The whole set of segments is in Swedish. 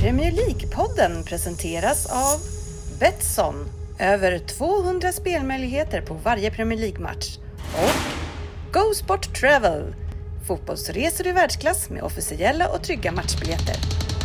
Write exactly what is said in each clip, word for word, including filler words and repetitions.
Premier League-podden presenteras av Betsson. Över tvåhundra spelmöjligheter på varje Premier League-match. Och Go Sport Travel. Fotbollsresor i världsklass med officiella och trygga matchbiljetter.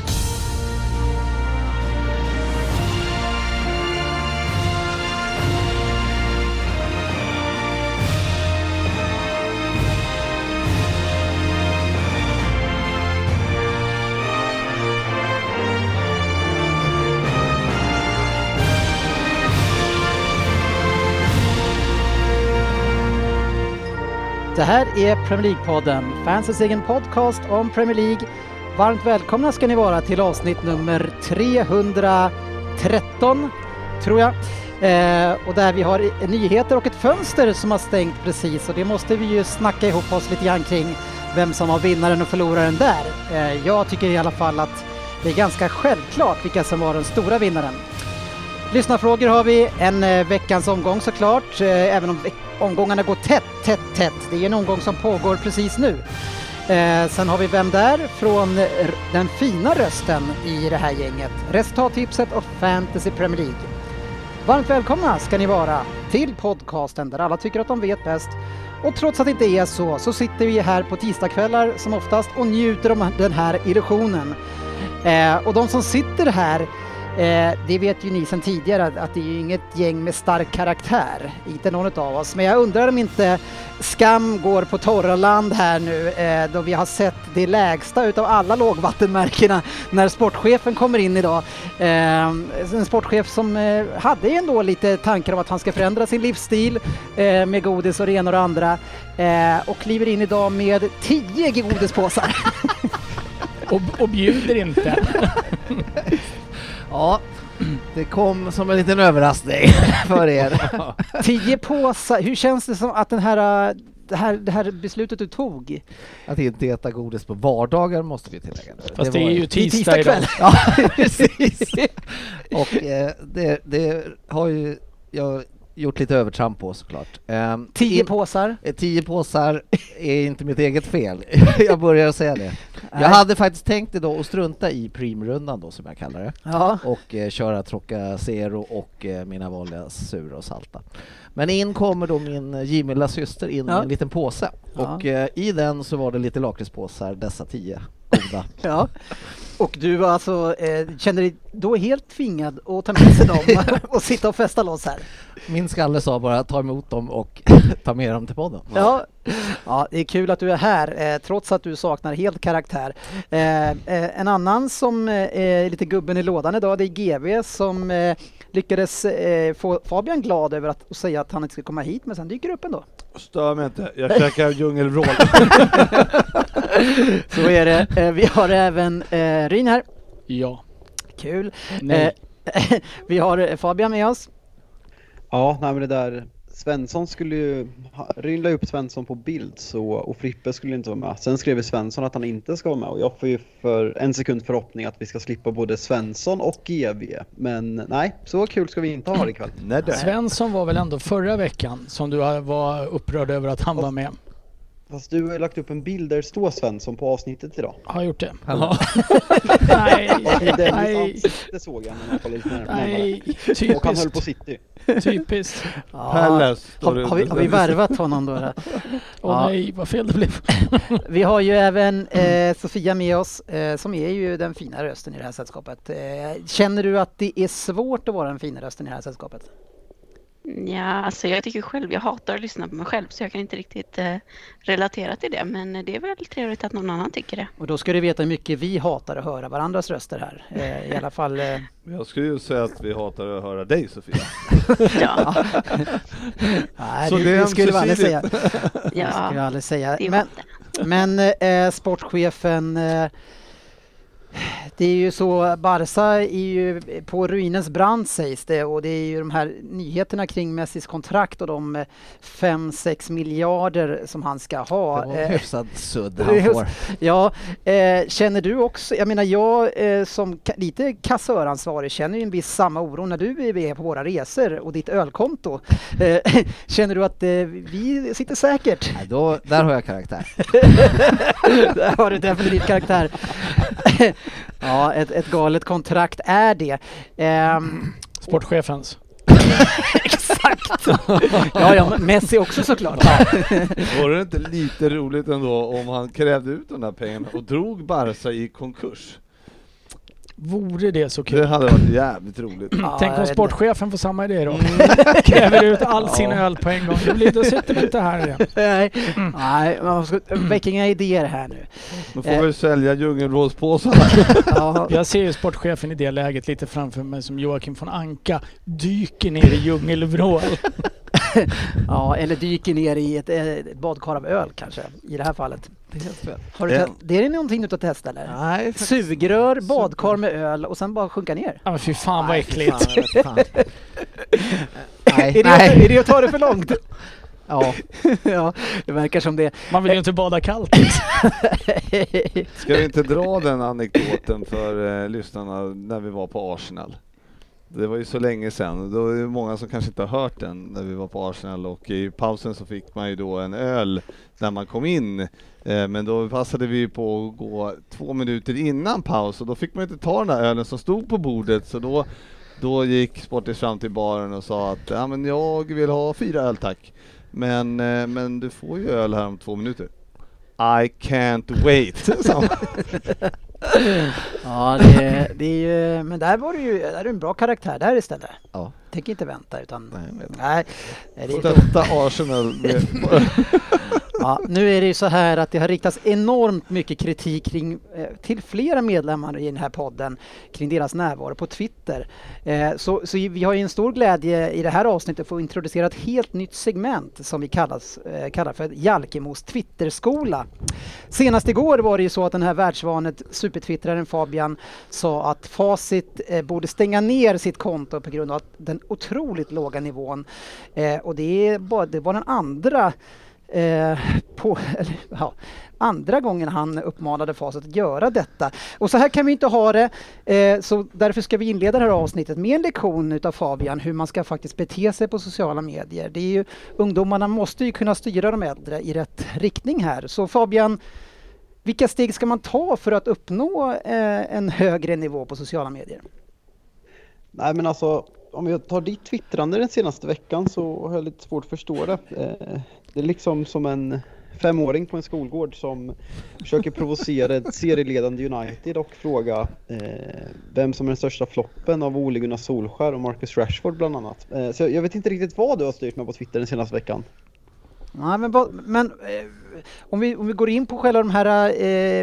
Det här är Premier League-podden, fansens egen podcast om Premier League. Varmt välkomna ska ni vara till avsnitt nummer trehundratretton, tror jag. Eh, och där vi har nyheter och ett fönster som har stängt precis. Och det måste vi ju snacka ihop oss lite grann kring vem som har vinnaren och förloraren där. Eh, jag tycker i alla fall att det är ganska självklart vilka som var den stora vinnaren. Lyssnarfrågor har vi, en eh, veckans omgång såklart, eh, även om omgångarna går tätt, tätt, tätt. Det är en omgång som pågår precis nu. Eh, sen har vi Vem där? Från r- den fina rösten i det här gänget. Resultattipset och Fantasy Premier League. Varmt välkomna ska ni vara till podcasten där alla tycker att de vet bäst. Och trots att det inte är så, så sitter vi här på tisdagskvällar som oftast och njuter av den här illusionen. Eh, och de som sitter här, Eh, det vet ju ni sedan tidigare att, att det är ju inget gäng med stark karaktär, inte någon av oss. Men jag undrar om inte skam går på torra land här nu eh, då vi har sett det lägsta utav alla lågvattenmärkena när sportchefen kommer in idag. Eh, en sportchef som eh, hade ändå lite tankar om att han ska förändra sin livsstil eh, med godis och det ena och det andra eh, och kliver in idag med tio godispåsar. och, och bjuder inte. Ja, det kom som en liten överraskning för er. Tio påsar, hur känns det som att den här, det, här, det här beslutet du tog? Att inte äta godis på vardagar måste vi tillägga. Fast det, det är ju tisdag, tisdag idag. Ja, precis. Och eh, det, det har ju jag gjort lite övertramp på såklart. Um, tio in, påsar? Tio påsar är inte mitt eget fel. Jag börjar säga det. Jag hade faktiskt tänkt idag att strunta i primrundan då som jag kallar det. Ja. Och eh, köra Trocacero och eh, mina vanliga sura och salta. Men in kommer då min givmilda syster in med ja. en liten påse. Ja. Och eh, i den så var det lite lakritspåsar, dessa tio goda. Ja. Och du alltså eh, känner dig då helt tvingad att ta med sig dem och sitta och festa loss här? Min skalle sa bara ta emot dem och ta med dem till podden. Ja, ja, det är kul att du är här eh, trots att du saknar helt karaktär. Eh, eh, en annan som eh, är lite gubben i lådan idag, det är G V som eh, lyckades eh, få Fabian glad över att och säga att han inte ska komma hit, men sen dyker upp ändå. Stör mig inte, jag käkar djungelvrål. Så är det. Eh, vi har även eh, Ryn här. Ja. Kul. Nej. Eh, vi har Fabian med oss. Ja, nej men det där Svensson skulle ju rynda upp Svensson på bild så, och Frippe skulle inte vara med. Sen skrev Svensson att han inte ska vara med och jag får ju för en sekund förhoppning att vi ska slippa både Svensson och G V. Men nej, så kul ska vi inte ha det ikväll. Nej, det. Svensson var väl ändå förra veckan som du var upprörd över att han var med. Fast du har lagt upp en bild där det står Svensson på avsnittet idag. Har jag gjort det? Ja. Nej, det nej. Det såg jag när man kollade lite närmare. Nej, Och han höll på typiskt. City. Typiskt. Ja. Palace, Har, har, vi, har vi värvat honom då? Åh Ja. nej, vad fel det blev. Vi har ju även eh, Sofia med oss eh, som är ju den fina rösten i det här sällskapet. Eh, känner du att det är svårt att vara den fina rösten i det här sällskapet? Ja, alltså jag tycker själv, jag hatar att lyssna på mig själv så jag kan inte riktigt eh, relatera till det. Men det är väl trevligt att någon annan tycker det. Och då ska du veta hur mycket vi hatar att höra varandras röster här. Eh, I alla fall... Eh... Jag skulle ju säga att vi hatar att höra dig, Sofia. Ja, Nej, Så det, det är det skulle vi aldrig säga. ömsesidigt. Det skulle vi ja aldrig säga. det är Men, men... men eh, sportchefen... Eh, det är ju så, Barca är ju på ruinens brant sägs det, och det är ju de här nyheterna kring Messis kontrakt och de fem sex miljarder som han ska ha. Det var en hyfsad sudd han Just, får. ja, eh, känner du också, jag menar jag eh, som ka- lite kassöransvarig känner ju en viss samma oro när du är på våra resor och ditt ölkonto. Eh, känner du att eh, vi sitter säkert? Nej, då, där har jag karaktär. Där har du definitivt karaktär. Ja, ett, ett galet kontrakt är det. Ehm, Sportchefens. Exakt! Ja, ja, Messi också såklart. Ja. Var det inte lite roligt ändå om han krävde ut de där pengarna och drog Barca i konkurs? Vore det så kul? Det hade varit jävligt roligt. Ja, Tänk om jag sportchefen får samma idé då. Kräver ut all sin öl på en gång. Det blir, då sitter vi inte här igen. Nej, nej, man ska väcka inga idéer här nu. Då får Eh. vi sälja djungelvrålspåsarna. Ja, Jag ser ju sportchefen i det läget lite framför mig som Joakim von Anka dyker ner i djungelvrål. ja, eller dyker ner i ett, ett badkar av öl kanske, i det här fallet. Det är helt fel. Har du Ja. te- det är någonting du har testat eller? Nej, faktiskt. Sugrör, badkar med öl och sen bara sjunka ner. Ja men fy fan vad Nej, äckligt. fan, jag vet fan. Nej, Är det, nej. är det att ta det för långt? Ja. Ja, det verkar som det. Man vill ju inte bada kallt. Ska vi inte dra den anekdoten för eh, lyssnarna när vi var på Arsenal? Det var ju så länge sedan. Då är det många som kanske inte har hört den när vi var på Arsenal, och i pausen så fick man ju då en öl när man kom in. Eh, men då passade vi på att gå två minuter innan paus och då fick man inte ta den där ölen som stod på bordet, så då, då gick Sportis fram till baren och sa att ja, men jag vill ha fyra öl tack. Men, eh, men du får ju öl här om två minuter. I can't wait. Ja, det, det är ju, men där var det ju, där är det en bra karaktär där istället. Ja. Tänker inte vänta utan, Nej, jag vet. nej. Det är, Stötta Arsenal med. ja, nu är det ju så här att det har riktats enormt mycket kritik kring, eh, till flera medlemmar i den här podden kring deras närvaro på Twitter. Eh, så, så vi har ju en stor glädje i det här avsnittet att få introducera ett helt nytt segment som vi kallas, eh, kallar för Jalkemos Twitterskola. Senast igår var det ju så att den här världsvanet supertwittraren Fabian sa att Facit eh, borde stänga ner sitt konto på grund av den otroligt låga nivån. Eh, och det, är bara, det var den andra Eh, på, eller, ja, andra gången han uppmanade Facit att göra detta. Och så här kan vi inte ha det. Eh, så därför ska vi inleda det här avsnittet med en lektion utav Fabian hur man ska faktiskt bete sig på sociala medier. Det är ju, ungdomarna måste ju kunna styra de äldre i rätt riktning här. Så Fabian, vilka steg ska man ta för att uppnå eh, en högre nivå på sociala medier? Nej men alltså, om jag tar ditt twittrande den senaste veckan så har jag lite svårt att förstå det. Eh, det är liksom som en femåring på en skolgård som försöker provocera ett serieledande United och fråga eh, vem som är den största floppen av Ole Gunnar Solskjær och Marcus Rashford bland annat. Eh, så jag, jag vet inte riktigt vad du har styrt med på Twitter den senaste veckan. Nej, men men eh, om, vi, om vi går in på själva de här... Eh,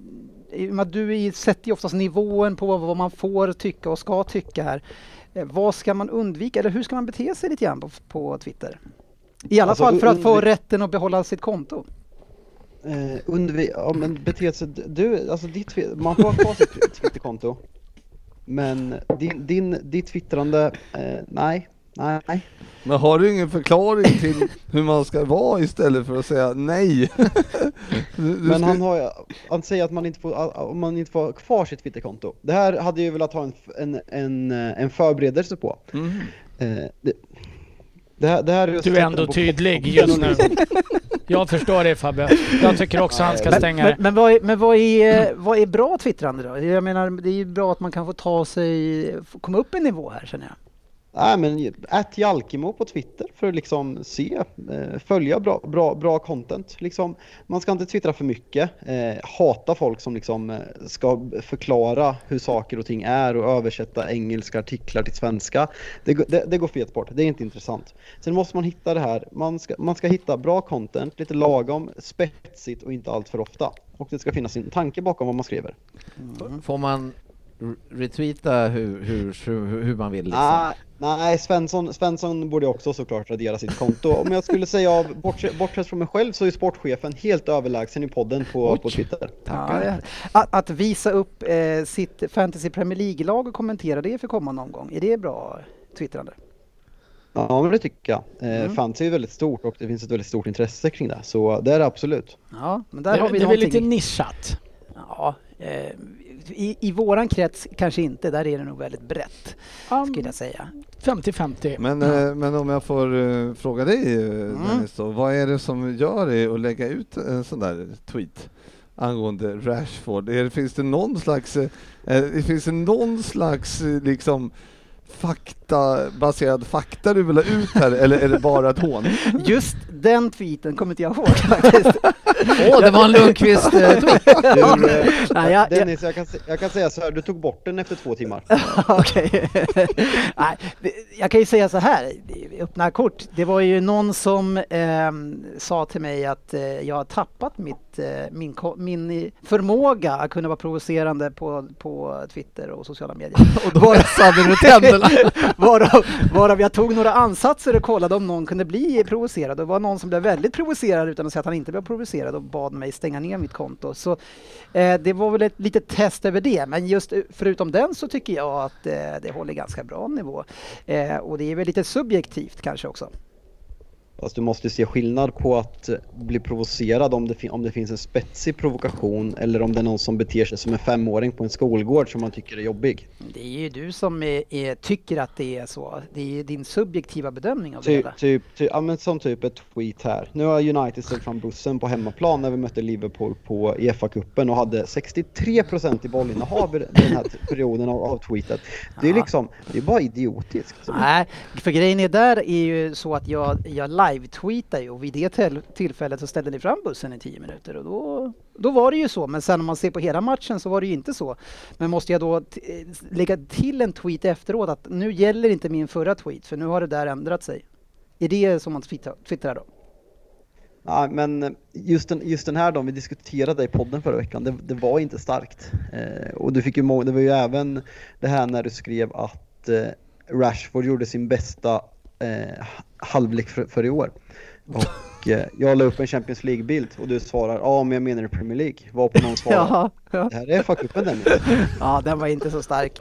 du sätter ju oftast nivån på vad man får tycka och ska tycka här. Vad ska man undvika eller hur ska man bete sig lite grann på, på Twitter? I alla alltså, fall för att få undv- rätten att behålla sitt konto. Eh, undvi- ja, men bete sig, du, alltså ditt, man får ha sitt Twitterkonto. Men din, din, ditt twittrande, eh, nej, nej. Men har du ingen förklaring till hur man ska vara istället för att säga nej? du, du Men ska... han har han säger att man inte får, om man inte får ha kvar sitt Twitterkonto. Det här hade jag velat ha en, en, en, en förberedelse på. Mm. Eh, det, det här, det här är du är ändå tydlig just nu. Jag förstår det Fabbe. Jag tycker också han ska stänga men, men, men, vad är, men vad, är, vad är bra twittrande då? Jag menar, det är ju bra att man kan få ta sig, komma upp en nivå här känner jag. Nej men at Jalkemo på Twitter för att liksom se, eh, följa bra, bra, bra content. Liksom, man ska inte twittra för mycket. Eh, hata folk som liksom eh, ska förklara hur saker och ting är och översätta engelska artiklar till svenska. Det, det, det går fet bort, det är inte intressant. Sen måste man hitta det här, man ska, man ska hitta bra content, lite lagom, spetsigt och inte allt för ofta. Och det ska finnas en tanke bakom vad man skriver. Mm. Får man retweeta hur, hur, hur, hur man vill liksom? Ah, nej, Svensson, Svensson borde också såklart radera sitt konto. Om jag skulle säga av bortsett, bortsett från mig själv så är sportchefen helt överlägsen i podden på, på Twitter. Ja, ja. Att, att visa upp eh, sitt Fantasy Premier League-lag och kommentera det för kommande omgång, är det bra twittrande? Ja, men det tycker jag. Eh, Mm. Fantasy är väldigt stort och det finns ett väldigt stort intresse kring det. Så det är det absolut. Ja, men där det, har vi det är någonting. väl lite nischat. Ja, eh, i, i våran krets kanske inte, där är det nog väldigt brett, um, skulle jag säga. femtio femtio. Men, ja. eh, men om jag får uh, fråga dig, uh, mm. Dennis, då, vad är det som gör dig att lägga ut en sån där tweet? angående Rashford? Är, finns det någon slags, eh, finns det någon slags eh, liksom fakta, baserad fakta du vill ha ut här, eller är det bara ett hån? Just den tweeten kommer inte jag ihåg faktiskt. Åh, oh, det var en Lundqvist eh, tweet. Du, eh, Nej, jag, Dennis, jag kan, jag kan säga så här, du tog bort den efter två timmar. Okej. Nej, det- jag kan ju säga så här, det- öppna kort. Det var ju någon som eh, sa till mig att eh, jag har tappat mitt, eh, min, ko- min förmåga att kunna vara provocerande på, på Twitter och sociala medier. Och då vässade du tänderna. Varav, varav jag tog några ansatser och kollade om någon kunde bli provocerad. Det var någon som blev väldigt provocerad utan att säga att han inte blev provocerad och bad mig stänga ner mitt konto. Så eh, det var väl ett litet test över det. Men just förutom den så tycker jag att eh, det håller ganska bra nivå. Eh, och det är väl lite subjektivt kanske också. Fast du måste se skillnad på att bli provocerad om det, fin- om det finns en spetsig provokation eller om det är någon som beter sig som en femåring på en skolgård som man tycker är jobbig. Det är ju du som är, är, tycker att det är så. Det är ju din subjektiva bedömning av det Typ, hela. typ, typ, ja, men som typ ett tweet här. Nu har United ställt fram bussen på hemmaplan när vi mötte Liverpool på E F A-cupen och hade sextiotre procent i bollinnehav i den här perioden av, av tweetet. Det är Ja. liksom, det är bara idiotiskt. Nej, för grejen är där är ju så att jag, jag live-tweetar ju och vid det till- tillfället så ställde ni fram bussen i tio minuter och då, då var det ju så. Men sen om man ser på hela matchen så var det ju inte så. Men måste jag då t- lägga till en tweet efteråt att nu gäller inte min förra tweet för nu har det där ändrat sig. Är det som man twittrar, twittrar då? Ja, men just den, just den här då, vi diskuterade i podden förra veckan, det, det var inte starkt. Eh, och du fick ju, må- det var ju även det här när du skrev att eh, Rashford gjorde sin bästa eh, halvlek för, för i år. Och eh, jag la upp en Champions League-bild och du svarar, ja men jag menar Premier League. Var på någon svarar, Ja, ja. det här är fuck-uppen den. Ja, den var inte så stark.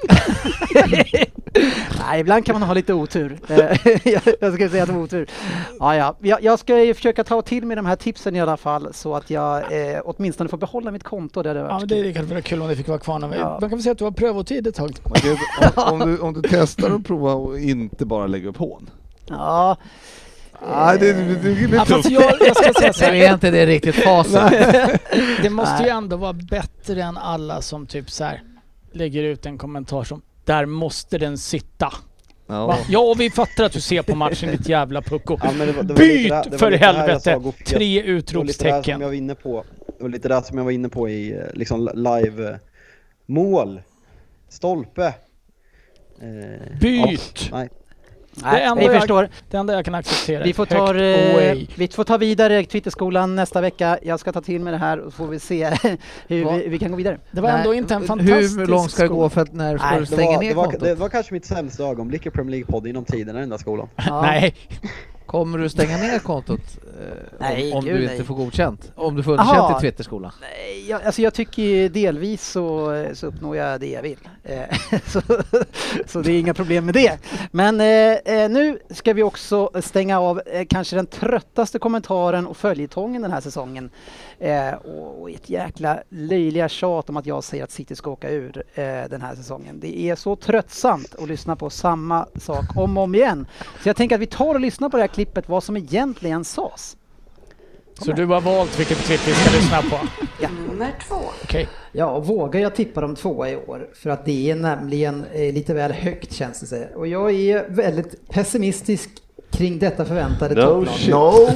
Nej, ibland kan man ha lite otur. Eh, jag ska säga att det var otur. Ja, ja. Jag, jag ska ju försöka ta till mig de här tipsen i alla fall så att jag eh, åtminstone får behålla mitt konto. Där det Ja, var men det är kanske vara kul om det fick vara kvar. När vi, Ja. Man kan väl säga att du har prövotid ett tag. Man kan, om, om, du, om du testar att prova och inte bara lägga upp hån. Ja, Nej, det, det, det, det Ja, är fast tufft. jag, jag ska säga så Så här, är inte det riktigt fasen. det måste ju ändå vara bättre än alla som typ så här lägger ut en kommentar som där måste den sitta. Ja. Va? Ja, vi fattar att du ser på matchen ditt jävla pucko. Ja, men det var- det var lite Byt där- det var för lite där jag helvete! sa, Goofy, att- Tre Det var lite där som utropstecken. jag var inne på. Det var lite där som jag var inne på i eh, liksom live eh, mål, stolpe. Eh, Byt! ja, nej. nej, enda vi jag- förstår. Det enda jag kan acceptera Vi är får, högt ta, eh, away. vi får ta vidare Twitterskolan nästa vecka. Jag ska ta till mig det här och får vi se hur Va? vi, vi kan gå vidare. Det var Nej. ändå inte en fantastisk Hur långt ska det skola. gå för att när ska Nej, du Det stänga var, ner det, var, kontot? det var kanske mitt sämsta ögonblick i Premier League-podd inom tiden i den där skolan. Ja. Nej, Kommer du stänga ner kontot eh, Nej, om, om gud, du nej. inte får godkänt? Om du får Aha. underkänt i Twitterskolan? Nej, jag, alltså jag tycker ju delvis så, så uppnår jag det jag vill. Eh, så, så det är inga problem med det. Men eh, eh, nu ska vi också stänga av eh, kanske den tröttaste kommentaren och följetongen den här säsongen. Eh, och, och ett jäkla löjliga tjat om att jag säger att City ska åka ur eh, den här säsongen. Det är så tröttsamt att lyssna på samma sak om och om igen. Så jag tänker att vi tar och lyssnar på det här klippet, vad som egentligen sades. så du har valt vilket klipp vi ska lyssna på. Nummer två. Okej. Ja, och vågar jag tippa dem tvåa i år? För att det är nämligen eh, lite väl högt känns det sig. Och jag är väldigt pessimistisk kring detta förväntade No topplag. shit.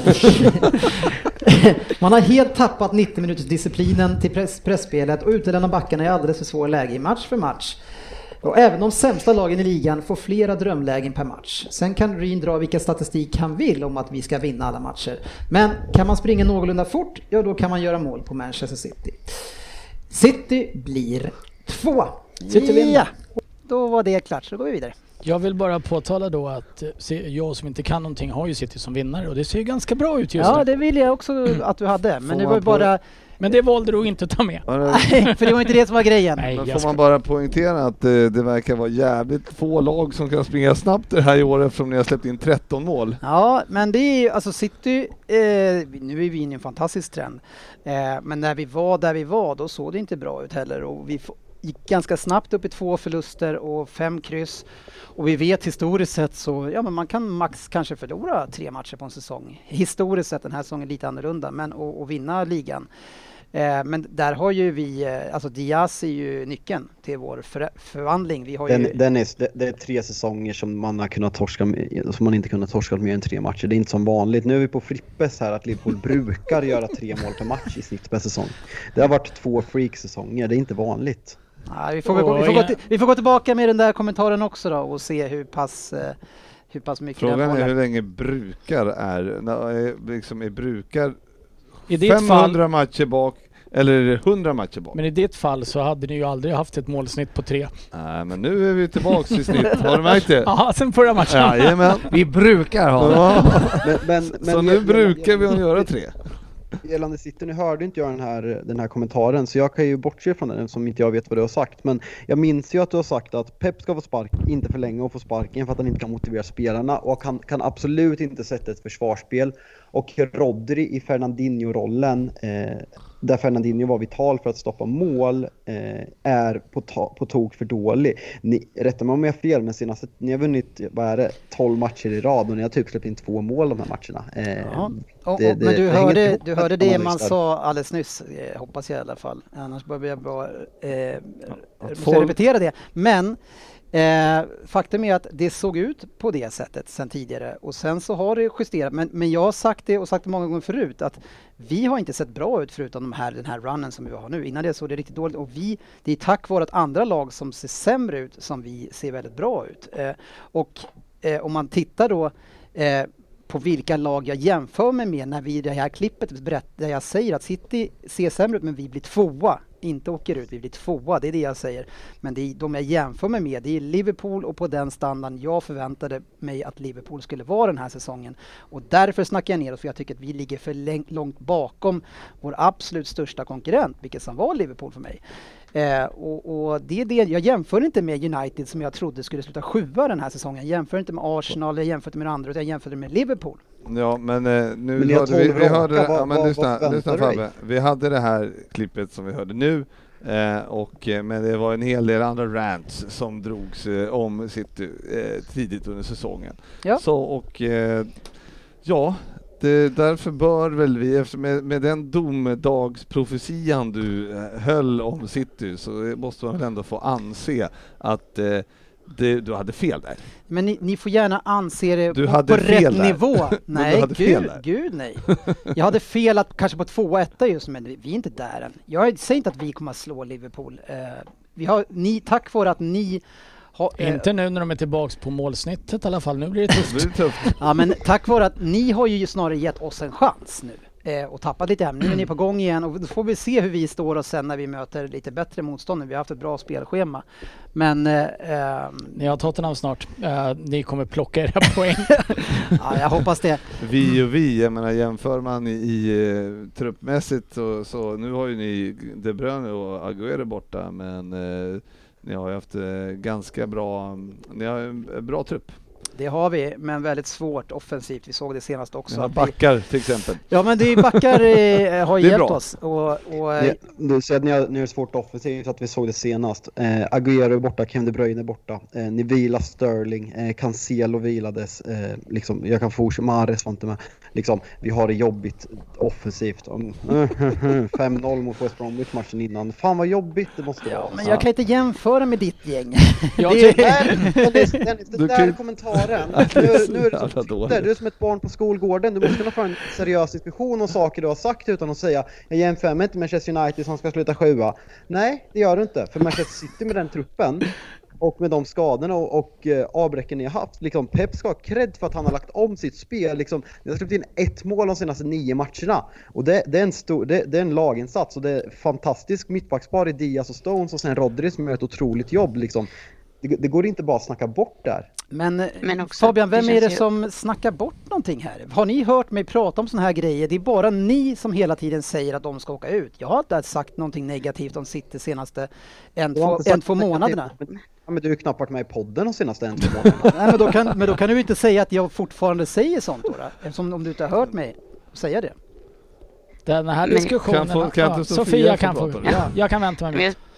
Man har helt tappat nittio minuters disciplinen till press- pressspelet och utelämnar backarna i alldeles för svår läge i match för match. Och även de sämsta lagen i ligan får flera drömlägen per match. Sen kan Ryn dra vilka statistik han vill om att vi ska vinna alla matcher. Men kan man springa någorlunda fort, ja då kan man göra mål på Manchester City. City blir två. City vinner. Ja, då var det klart, så går vi vidare. Jag vill bara påtala då att eh, se- jag som inte kan någonting har ju City som vinnare och det ser ju ganska bra ut just Ja, nu. det vill jag också att du hade, men Får det man var ju på- bara... Men det valde du att inte ta med. Ja, det- Nej, för det var inte det som var grejen. Nej, Men jag får ska... man bara poängtera att eh, det verkar vara jävligt få lag som kan springa snabbt det här i år eftersom ni har släppt in tretton mål. Ja, men det är ju, alltså City, eh, nu är vi inne i en fantastisk trend. Eh, men när vi var där vi var, då såg det inte bra ut heller. Och vi f- gick ganska snabbt upp i två förluster och fem kryss. Och vi vet historiskt sett så, ja men man kan max kanske förlora tre matcher på en säsong. Historiskt sett, den här säsongen lite annorlunda, men och, och vinna ligan. Eh, men där har ju vi, eh, alltså Diaz är ju nyckeln till vår för, förvandling. Vi har Den, ju... Dennis, det, det är tre säsonger som man har kunnat torska med, som man inte kunnat torska mer än tre matcher. Det är inte som vanligt. Nu är vi på Frippes här att Liverpool brukar göra tre mål per match i snitt per säsong. Det har varit två freak-säsonger, det är inte vanligt. Nej, vi, får, oh, vi, får gå till, vi får gå tillbaka med den där kommentaren också då och se hur pass, eh, hur pass mycket. Frågan är hur länge brukar är, när, liksom är brukar I femhundra fall, matcher bak eller hundra matcher bak. Men i ditt fall så hade ni ju aldrig haft ett målsnitt på tre. Nej, men nu är vi tillbaks i snitt. Har du märkt det? Ja, sen förra matchen. Jajamän. Vi brukar ha ja. men, men, men, Så nu brukar vi göra tre. Gällande City, nu hörde inte jag den här, den här kommentaren, så jag kan ju bortse från den som inte jag vet vad du har sagt, men jag minns ju att du har sagt att Pep ska få spark, inte förlänga och få sparken för att han inte kan motivera spelarna, och han kan absolut inte sätta ett försvarsspel, och Rodri i Fernandinho-rollen eh, där Fernandinho var vital för att stoppa mål eh, är på, ta- på tok för dålig. Ni, rätta mig om jag har fel, men senast ni har vunnit, vad är det, tolv matcher i rad och ni har typ släppt in två mål de här matcherna. Eh, ja. och, det, och, men du hörde, du hörde det man listar. sa alldeles nyss, eh, hoppas jag i alla fall. Annars behöver jag bara eh, får... repetera det. Men Eh, faktum är att det såg ut på det sättet sen tidigare och sen så har det justerat, men, men jag har sagt det och sagt det många gånger förut att vi har inte sett bra ut förutom de här, den här runnen som vi har nu. Innan det såg det riktigt dåligt och vi, det är tack vare att andra lag som ser sämre ut som vi ser väldigt bra ut. Eh, och eh, om man tittar då eh, på vilka lag jag jämför mig med när vi i det här klippet berättar, där jag säger att City ser sämre ut men vi blir tvåa. Inte åker ut, vi blir tvåa, det är det jag säger. Men det är, de jag jämför mig med, det är Liverpool och på den standarden jag förväntade mig att Liverpool skulle vara den här säsongen. Och därför snackar jag ner oss, för jag tycker att vi ligger för läng- långt bakom vår absolut största konkurrent, vilket som var Liverpool för mig. Eh, och, och det är det, jag jämför inte med United som jag trodde skulle sluta sjua den här säsongen. Jag jämför inte med Arsenal, jag jämför inte med andra, utan jag jämför med Liverpool. Ja, men eh, nu men hörde vi, vi hörde, vad, ja, men vad, lyssna, vad lyssna Fabbe, vi hade det här klippet som vi hörde nu, eh, och, eh, men det var en hel del andra rants som drogs eh, om sitt eh, tidigt under säsongen. Ja. Så, och eh, ja, det, därför bör väl vi, efter med, med den domedagsprofetian du eh, höll om City, så måste man väl ändå få anse att eh, det, du hade fel där. Men ni, ni får gärna anse det du på, hade på fel rätt där. nivå. Nej, hade gud, fel där. gud nej. Jag hade fel att kanske på två etta just, men vi är inte där än. Jag säger inte att vi kommer att slå Liverpool. Uh, vi har, ni, tack för att ni har... Uh, inte nu när de är tillbaks på målsnittet i alla fall. Nu blir det tufft. Det blir tufft. Ja, men tack vare att ni har ju snarare gett oss en chans nu. Och tappat lite hem. Nu är ni på gång igen och då får vi se hur vi står och sen när vi möter lite bättre motstånd. Vi har haft ett bra spelschema. Men eh, ni har Tottenham snart. Uh, ni kommer plocka era poäng. Ja, jag hoppas det. Vi och vi, jag menar, jämför man i, i uh, truppmässigt och så, nu har ju ni De Bruyne och Aguero borta, men uh, ni har ju haft uh, ganska bra, ni har en bra trupp. Det har vi, men väldigt svårt offensivt. Vi såg det senast också. Ja, backar till exempel. Ja, men det är backar eh, har hjälpt bra. oss. Och, och, det, du säger att ni har, ni har svårt offensivt, att vi såg det senast. Eh, Aguero är borta, Kevin De Bruyne är borta. Eh, ni vilar Sterling, eh, Cancelo vilades. Eh, liksom, jag kan fortsätta, Mahrez var inte med. Liksom, vi har det jobbigt offensivt. fem noll mot West Bromwich-matchen innan. Fan vad jobbigt det måste vara. Ja, men jag kan inte jämföra med ditt gäng. Jag det tycker... Dennis, Dennis, det där kan... kommentaren. Nu, nu är det som, du är som ett barn på skolgården. Du måste kunna få en seriös diskussion om saker du har sagt utan att säga jag jämför mig inte med Manchester United som ska sluta sjua. Nej, det gör du inte. För Manchester City med den truppen och med de skadorna och, och uh, avbräcken ni har haft. Liksom, Pep ska ha cred för att han har lagt om sitt spel. Liksom, ni har släppt in ett mål de senaste nio matcherna. Och det, det, är, en stor, det, det är en laginsats och det är fantastisk mittbackspar i Diaz och Stones och sen Rodri som gör ett otroligt jobb. Liksom. Det, det går inte bara att snacka bort där. Men, Men också, Fabian, vem det är det ju... som snackar bort någonting här? Har ni hört mig prata om såna här grejer? Det är bara ni som hela tiden säger att de ska åka ut. Jag har inte sagt någonting negativt om City senaste en, två, en, två månaderna. Men, ja, men du har ju knappt varit med i podden de senaste en, två månaderna. Nej, men, då kan, men då kan du inte säga att jag fortfarande säger sånt då, då eftersom om du inte har hört mig säga det. Den här diskussionen... Kan få, kan ja, Sofia, Sofia få kan få... Ja, jag kan vänta mig.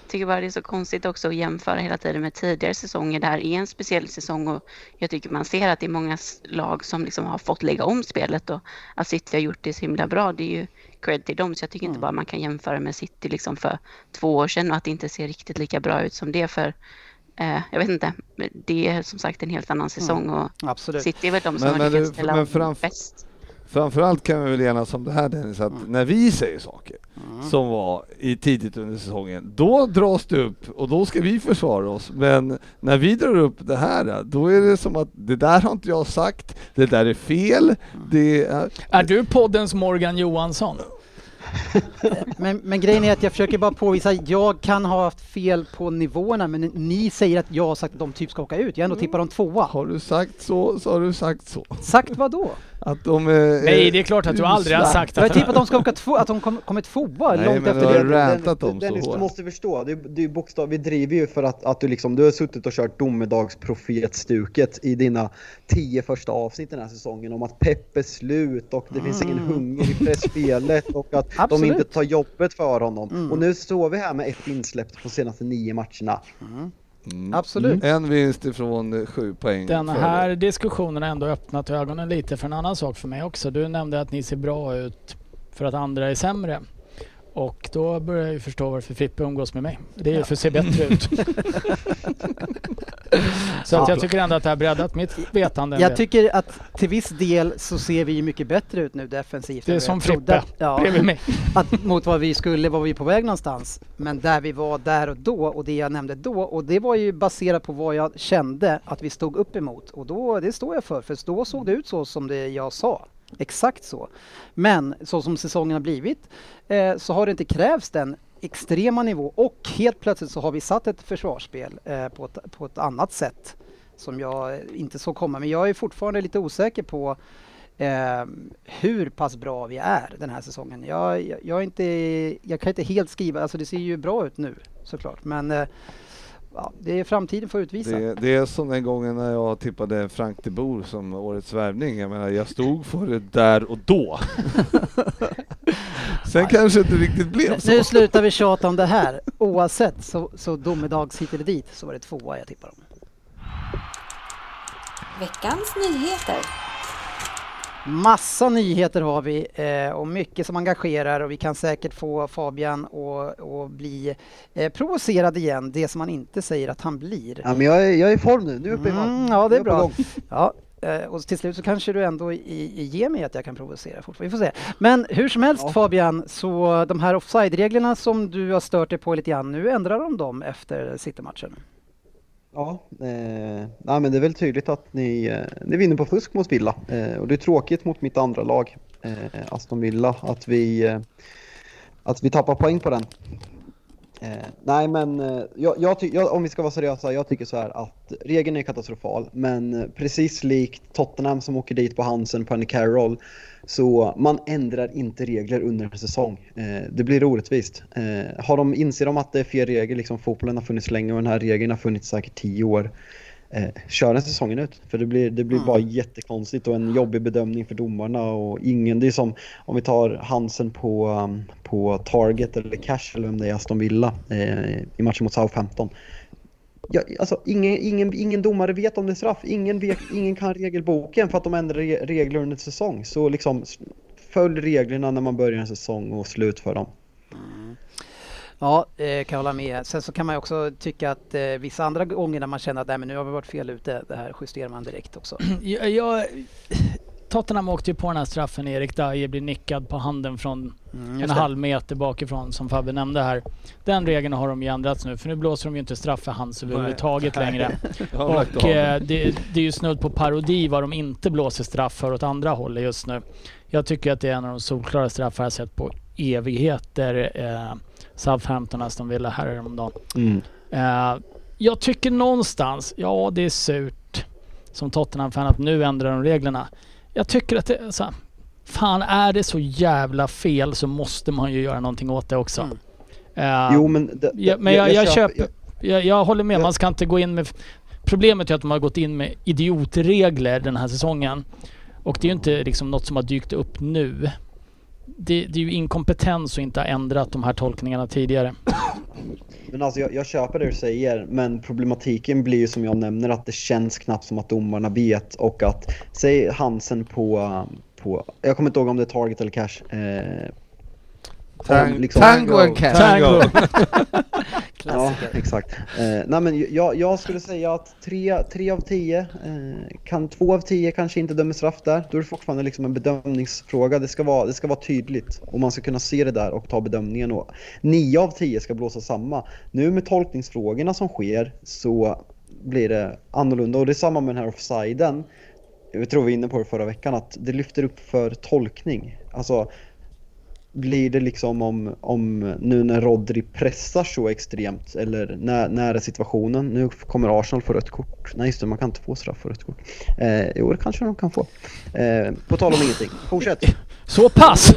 tycker bara det är så konstigt också att jämföra hela tiden med tidigare säsonger. Det här är en speciell säsong och jag tycker man ser att det är många lag som liksom har fått lägga om spelet och att City har gjort det så himla bra. Det är ju cred till dem, så jag tycker mm. inte bara man kan jämföra med City liksom för två år sedan och att det inte ser riktigt lika bra ut som det för eh, jag vet inte, det är som sagt en helt annan säsong mm. och Absolut. City är väl de men, som men har lyckats du, spela framf- bäst. Framförallt kan vi väl enas om det här, Dennis, att mm. när vi säger saker mm. som var i tidigt under säsongen, då dras det upp och då ska vi försvara oss. Men när vi drar upp det här, då är det som att det där har inte jag sagt, det där är fel. Mm. Det är... är du poddens Morgan Johansson? men, men grejen är att jag försöker bara påvisa att jag kan ha haft fel på nivåerna, men ni säger att jag har sagt att de typ ska åka ut. Jag ändå tippar de tvåa. Har du sagt så, så har du sagt så. Sagt vad då? Att de är, nej, det är klart att du aldrig har sagt att... Jag tippar att de ska åka två, att de kommer kom tvåa långt men efter det. Räntat dem den, den, så du måste förstå, det är, det är bokstav, vi driver ju för att, att du liksom, du har suttit och kört domedagsprofetstuket i dina tio första avsnitt den här säsongen om att pepp är slut och det mm. finns ingen hunger i pressspelet och att Absolut. de inte tar jobbet för honom. Mm. Och nu står vi här med ett insläppt på senaste nio matcherna. Mm. Mm. Absolut. En vinst ifrån sju poäng. Den här för... diskussionen har ändå öppnat ögonen lite för en annan sak för mig också. Du nämnde att ni ser bra ut för att andra är sämre. Och då börjar jag ju förstå varför Frippe umgås med mig. Det är ju för att se bättre ut. Så att jag tycker ändå att det har breddat mitt vetande. Jag tycker att till viss del så ser vi mycket bättre ut nu defensivt. Det är som Frippe. Ja, bredvid mig. att mot vad vi skulle, var vi på väg någonstans. Men där vi var där och då och det jag nämnde då. Och det var ju baserat på vad jag kände att vi stod upp emot. Och då, det står jag för. För då såg det ut så som det jag sa. Exakt så. Men så som säsongen har blivit eh, så har det inte krävts den extrema nivå och helt plötsligt så har vi satt ett försvarsspel eh, på, ett, på ett annat sätt som jag inte så komma. Men jag är fortfarande lite osäker på eh, hur pass bra vi är den här säsongen. Jag, jag, jag, är inte, jag kan inte helt skriva, alltså det ser ju bra ut nu såklart, men eh, ja, det är framtiden för att utvisa. Det, det är som den gången när jag tippade Frank de Boer som årets värvning. Jag menar, jag stod för det där och då. Sen Nej. kanske inte riktigt blev så. Nu slutar vi tjata om det här. Oavsett så, så domedags hit eller dit så var det tvåa jag tippar om. Veckans nyheter. Massa nyheter har vi eh, och mycket som engagerar och vi kan säkert få Fabian att och bli eh, provocerad igen. Det som man inte säger att han blir. Ja, men jag är, jag är i form nu. Nu är uppe i mm, ja, det är bra. Ja, eh, och till slut så kanske du ändå i, i ger mig att jag kan provocera fortfarande. Vi får se. Men hur som helst ja. Fabian, så de här offside-reglerna som du har stört dig på lite grann, nu ändrar de dem efter City-matchen. Ja, eh, nej, men det är väl tydligt att ni, eh, ni vinner på fusk mot Villa. Eh, och det är tråkigt mot mitt andra lag, eh, Aston Villa, att vi, eh, att vi tappar poäng på den. Eh, nej, men eh, jag, jag ty- jag, om vi ska vara seriösa, jag tycker så här att regeln är katastrofal. Men precis likt Tottenham som åker dit på Hansen på Andy Carroll, så man ändrar inte regler under en säsong. Eh, det blir orättvist. Eh, har de, inser de att det är fel regel, liksom fotbollen har funnits länge och den här regeln har funnits säkert tio år, eh, kör den säsongen ut. För det blir, det blir mm. bara jättekonstigt och en jobbig bedömning för domarna. Och ingen, det är som om vi tar Hansen på, um, på Target eller Cash eller vem det är, Aston Villa eh, i matchen mot Southampton. Ja, alltså, ingen, ingen, ingen domare vet om det är straff. Ingen, vet, ingen kan regelboken för att de ändrar regler under säsong. Så liksom, följ reglerna när man börjar en säsong och slut för dem. Mm. Ja, eh, kan jag hålla med. Sen så kan man också tycka att eh, vissa andra gånger när man känner att nej, men nu har vi varit fel ute, det här justerar man direkt också. Jag, jag, Tottenham åkte ju på den här straffen, Erik Dyer blir nickad på handen från mm, en halv meter bakifrån som Fabbe nämnde här. Den regeln har de ju ändrats nu, för nu blåser de ju inte straff för hands överhuvudtaget längre. Och eh, det, det är ju snudd på parodi vad de inte blåser straff för åt andra hållet just nu. Jag tycker att det är en av de solklara straffar jag sett på evigheter. Eh, Southampton Aston Villa här häromdagen. Mm. Eh, jag tycker någonstans, ja det är surt som Tottenham-fan att nu ändrar de reglerna. Jag tycker att det är så här, fan är det så jävla fel så måste man ju göra någonting åt det också. Mm. Uh, jo, men det, det, ja, men jag, jag, jag, köper, jag, jag håller med, jag, man ska inte gå in med... Problemet är att de har gått in med idiotregler den här säsongen. Och det är ju inte liksom något som har dykt upp nu. det, det är ju inkompetens att inte ha ändrat de här tolkningarna tidigare. Men alltså jag, jag köper det du säger, men problematiken blir ju som jag nämner att det känns knappt som att domarna vet, och att, säg Hansen på, på jag kommer inte ihåg om det är target eller cash. Eh, Tang- liksom, tango and cash. Tango. Ja, exakt. Eh, nej men jag, jag skulle säga att tre, tre av tio, eh, kan två av tio kanske inte dömer straff där. Då är det fortfarande liksom en bedömningsfråga. Det ska vara, det ska vara tydligt och man ska kunna se det där och ta bedömningen. Och nio av tio ska blåsa samma. Nu med tolkningsfrågorna som sker så blir det annorlunda. Och det är samma med den här offsiden. Jag tror vi var inne på det förra veckan, att det lyfter upp för tolkning. Alltså blir det liksom om, om nu när Rodri pressar så extremt, eller när, när är situationen, nu kommer Arsenal få rött kort. Nej just det, man kan inte få straff för rött kort. Eh, jo, det kanske de kan få. Eh, på tal om ingenting. Fortsätt. Så pass!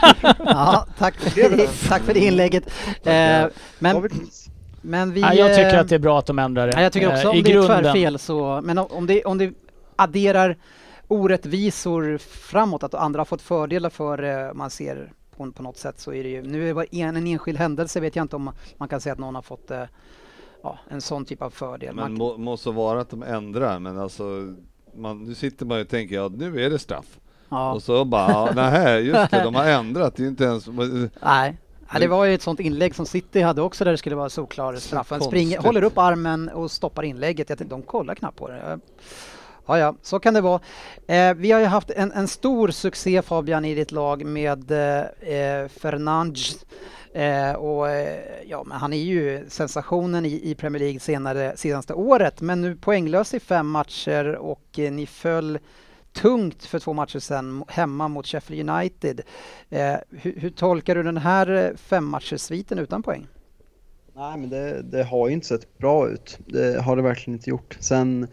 Ja, tack för det, tack för det inlägget. Eh, men, men vi... Ja, jag tycker att det är bra att de ändrar det. Ja, jag tycker också om I det grunden. är tvärfel så... Men om det, om det adderar orättvisor framåt, att andra har fått fördelar för man ser... På, på något sätt så är det ju, nu är det bara en, en enskild händelse, vet jag inte om man kan säga att någon har fått eh, ja, en sån typ av fördel. Men man, må, måste vara att de ändrar, men alltså man, nu sitter man ju och tänker, ja nu är det straff. ja. Och så bara, nej just det, de har ändrat, det är inte ens... Nej. Ja, det var ju ett sånt inlägg som City hade också där det skulle vara solklar straff. Han springer, håller upp armen och stoppar inlägget. Jag tänkte, de kollar knappt på det. Ja, ja, så kan det vara. Eh, vi har ju haft en, en stor succé, Fabian, i ditt lag med eh, Fernandes. Eh, och eh, ja, men han är ju sensationen i, i Premier League senare, senaste året. Men nu poänglös i fem matcher och eh, ni föll tungt för två matcher sedan hemma mot Sheffield United. Eh, hur, hur tolkar du den här femmatchersviten utan poäng? Nej, men det, det har ju inte sett bra ut. Det har det verkligen inte gjort. Sen...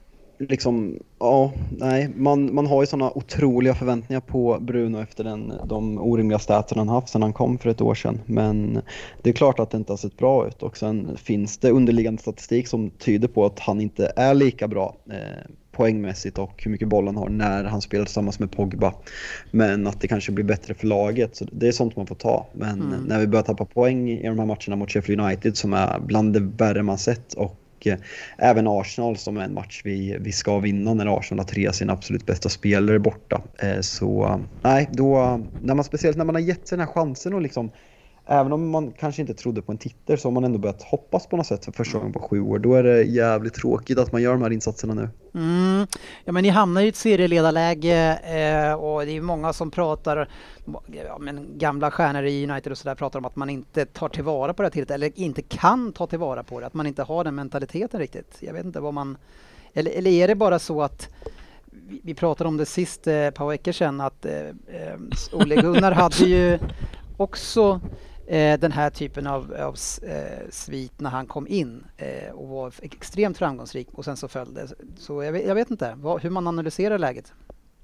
liksom, ja, nej, man, man har ju sådana otroliga förväntningar på Bruno efter den, de orimliga statsen han haft sedan han kom för ett år sedan, men det är klart att det inte har sett bra ut, och sen finns det underliggande statistik som tyder på att han inte är lika bra eh, poängmässigt och hur mycket boll han har när han spelar tillsammans med Pogba, men att det kanske blir bättre för laget, så det är sånt man får ta, men mm. när vi börjar tappa poäng i de här matcherna mot Sheffield United som är bland det värre man sett, och även Arsenal som är en match vi, vi ska vinna när Arsenal har tre sina absolut bästa spelare borta. Eh, så nej, då, när man, speciellt när man har gett sig den här chansen och liksom, även om man kanske inte trodde på en titel, så har man ändå börjat hoppas på något sätt för första gången på sju år. Då är det jävligt tråkigt att man gör de här insatserna nu. Mm. Ja, men ni hamnar i ett serieledarläge eh, och det är många som pratar, ja, men gamla stjärnor i United och så där pratar om att man inte tar tillvara på det här, eller inte kan ta tillvara på det, att man inte har den mentaliteten riktigt. Jag vet inte vad man, eller, eller är det bara så att vi, vi pratade om det sist eh, ett par veckor sedan, att eh, eh, Ole Gunnar hade ju också eh, den här typen av, av eh, svit när han kom in eh, och var extremt framgångsrik, och sen så föll det. Så jag vet, jag vet inte vad, hur man analyserar läget.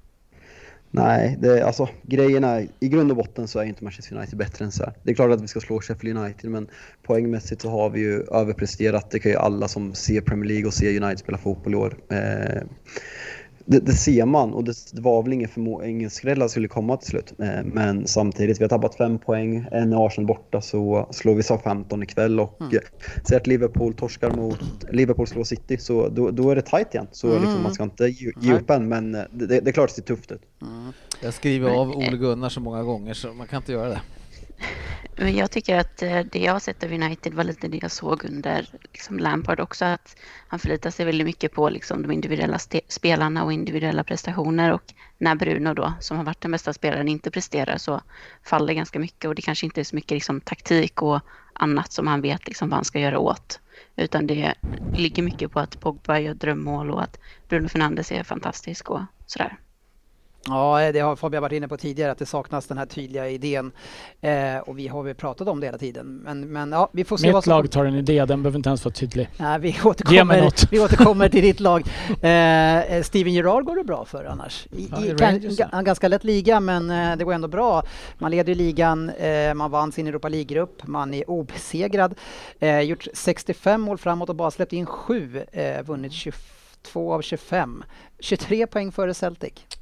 Nej, det, alltså grejerna, i grund och botten så är inte Manchester United bättre än så här. Det är klart att vi ska slå Sheffield United, men poängmässigt så har vi ju överpresterat. Det kan ju alla som ser Premier League och ser United spela fotboll i år. Eh, Det, det ser man, och det, det var väl ingen, förmo- ingen skräll att skulle komma till slut. Eh, men samtidigt, vi har tappat fem poäng, en Arsenal borta, så slår vi Southampton ikväll, och mm. säg att Liverpool torskar mot Liverpool slår City, så då, då är det tajt igen. Så mm. liksom, man ska inte ge, ge upp än, men det, det, det är klart att det ser tufft ut. Mm. Jag skriver av Ole Gunnar så många gånger så man kan inte göra det. Men jag tycker att det jag har sett av United var lite det jag såg under liksom Lampard också, att han förlitar sig väldigt mycket på liksom de individuella st- spelarna och individuella prestationer, och när Bruno då, som har varit den bästa spelaren, inte presterar, så faller ganska mycket, och det kanske inte är så mycket liksom taktik och annat som han vet liksom vad han ska göra åt, utan det ligger mycket på att Pogba gör drömmål och att Bruno Fernandes är fantastisk och sådär. Ja, det har Fabian varit inne på tidigare, att det saknas den här tydliga idén, eh, och vi har väl pratat om det hela tiden, men, men ja, vi får se. Mitt vad som... lag tar en idé, den behöver inte ens vara tydlig. Nej, vi återkommer, vi återkommer till ditt lag. Eh, Steven Gerrard går det bra för annars. I, ja, i, kan, en ganska lätt liga, men eh, det går ändå bra. Man leder ligan, eh, man vann sin Europa League-grupp, man är obesegrad, eh, gjort sextiofem mål framåt och bara släppt in sju, eh, vunnit tjugotvå av tjugofem. tjugotre poäng före Celtic.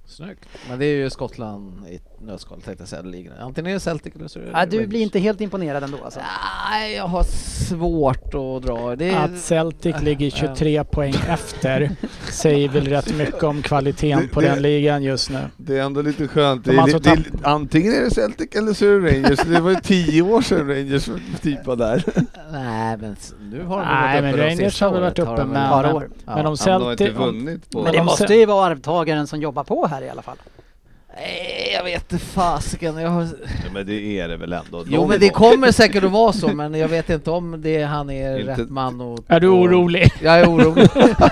Snyggt. Men det är ju Skottland i ett nötskal, tänkte jag säga, det ligger. Antingen är det Celtic eller så är det Nej, du Rangers. blir inte helt imponerad ändå alltså. Nej, jag har svårt att dra. Det är... Att Celtic ligger tjugotre poäng efter säger väl rätt mycket om kvaliteten Det- på det- den ligan just nu. Det är ändå lite skönt. Det De är, alltså det är, tapp- antingen är det Celtic eller så är det Rangers. Det var ju tio år sedan Rangers typ var där. Nej, men s- nu har de Nej, varit men uppe de Rangers sista har väl året, varit uppe har de med- väl- Par men- år. Ja. Men om Ja, de har inte Celtic... om- vunnit på... Men det om måste Cel- ju vara arvtagaren som jobbar på här i alla fall. Nej, jag vet inte fasiken. Jag har... Ja, men det är det väl ändå. Jo, Någon men det gång. kommer säkert att vara så, men jag vet inte om det han är Inte- rätt man och... Är du orolig? Jag är orolig.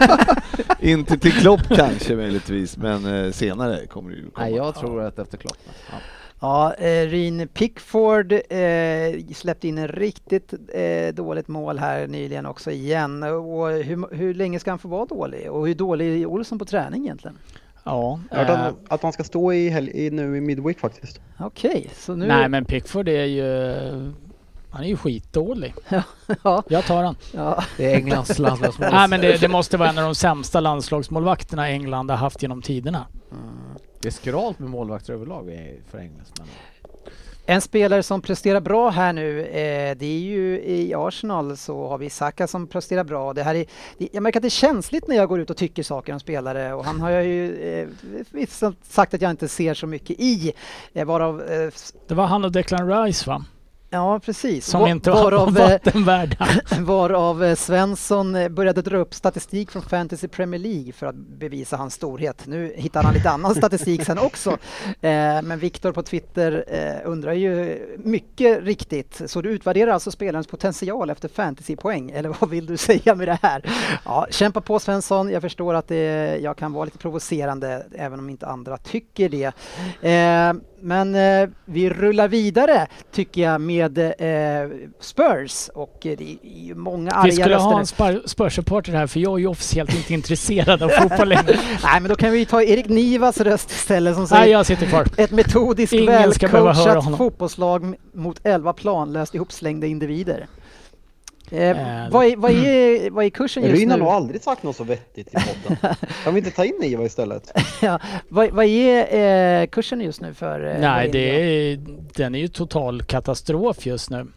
Inte till Klopp kanske möjligtvis, men eh, senare kommer det ju komma. Nej, jag tror att efter Klopp. Ja. Ja, eh, Ryn Pickford eh, släppte in en riktigt eh, dåligt mål här nyligen också igen. Och hur, hur länge ska han få vara dålig? Och hur dålig är Olsson på träning egentligen? Ja. Jag har hört eh, att- att han ska stå i, hel- i nu i midweek faktiskt. Okej, så nu... Nej, men Pickford är ju... Han är ju skitdålig. ja, Jag tar han. ja. Det är Englands landslagsmål. Nej, men det, det måste vara en av de sämsta landslagsmålvakterna England har haft genom tiderna. Det är skralt med målvakter överlag för engelsmän. En spelare som presterar bra här nu, eh, det är ju i Arsenal så har vi Saka som presterar bra. Det här är, det, jag märker att det är känsligt när jag går ut och tycker saker om spelare och han har jag ju eh, visst sagt att jag inte ser så mycket i. Eh, varav, eh, Det var han och Declan Rice, va? ja, precis. Som Va- inte var varav, eh, vattenvärda. Varav eh, Svensson eh, började dra upp statistik från Fantasy Premier League för att bevisa hans storhet. Nu hittar han lite annan statistik sen också. Eh, men Viktor på Twitter eh, undrar ju mycket riktigt. Så du utvärderar alltså spelarens potential efter fantasypoäng? Eller vad vill du säga med det här? Ja, kämpa på Svensson. Jag förstår att det, jag kan vara lite provocerande även om inte andra tycker det. Eh, men eh, vi rullar vidare tycker jag med eh, Spurs och eh, det är ju många arga Vi skulle röster. ha en Spur- Spurs-supporter här, för jag är ju officiellt inte intresserad av fotboll längre. Nej, men då kan vi ta Erik Nivas röst istället som Nej, säger jag sitter kvar. ett metodiskt Ingen ska behöva höra välcoachat honom. fotbollslag m- mot elva planlöst ihopslängda individer. Eh, Eh, vad, är, vad, är, vad är kursen just Ryn har nu? nog aldrig sagt något så vettigt i podden. Kan vi inte ta in Niva istället? Ja, vad, vad är eh, kursen just nu för? Eh, Nej, Mourinho? det är, den är ju total katastrof just nu.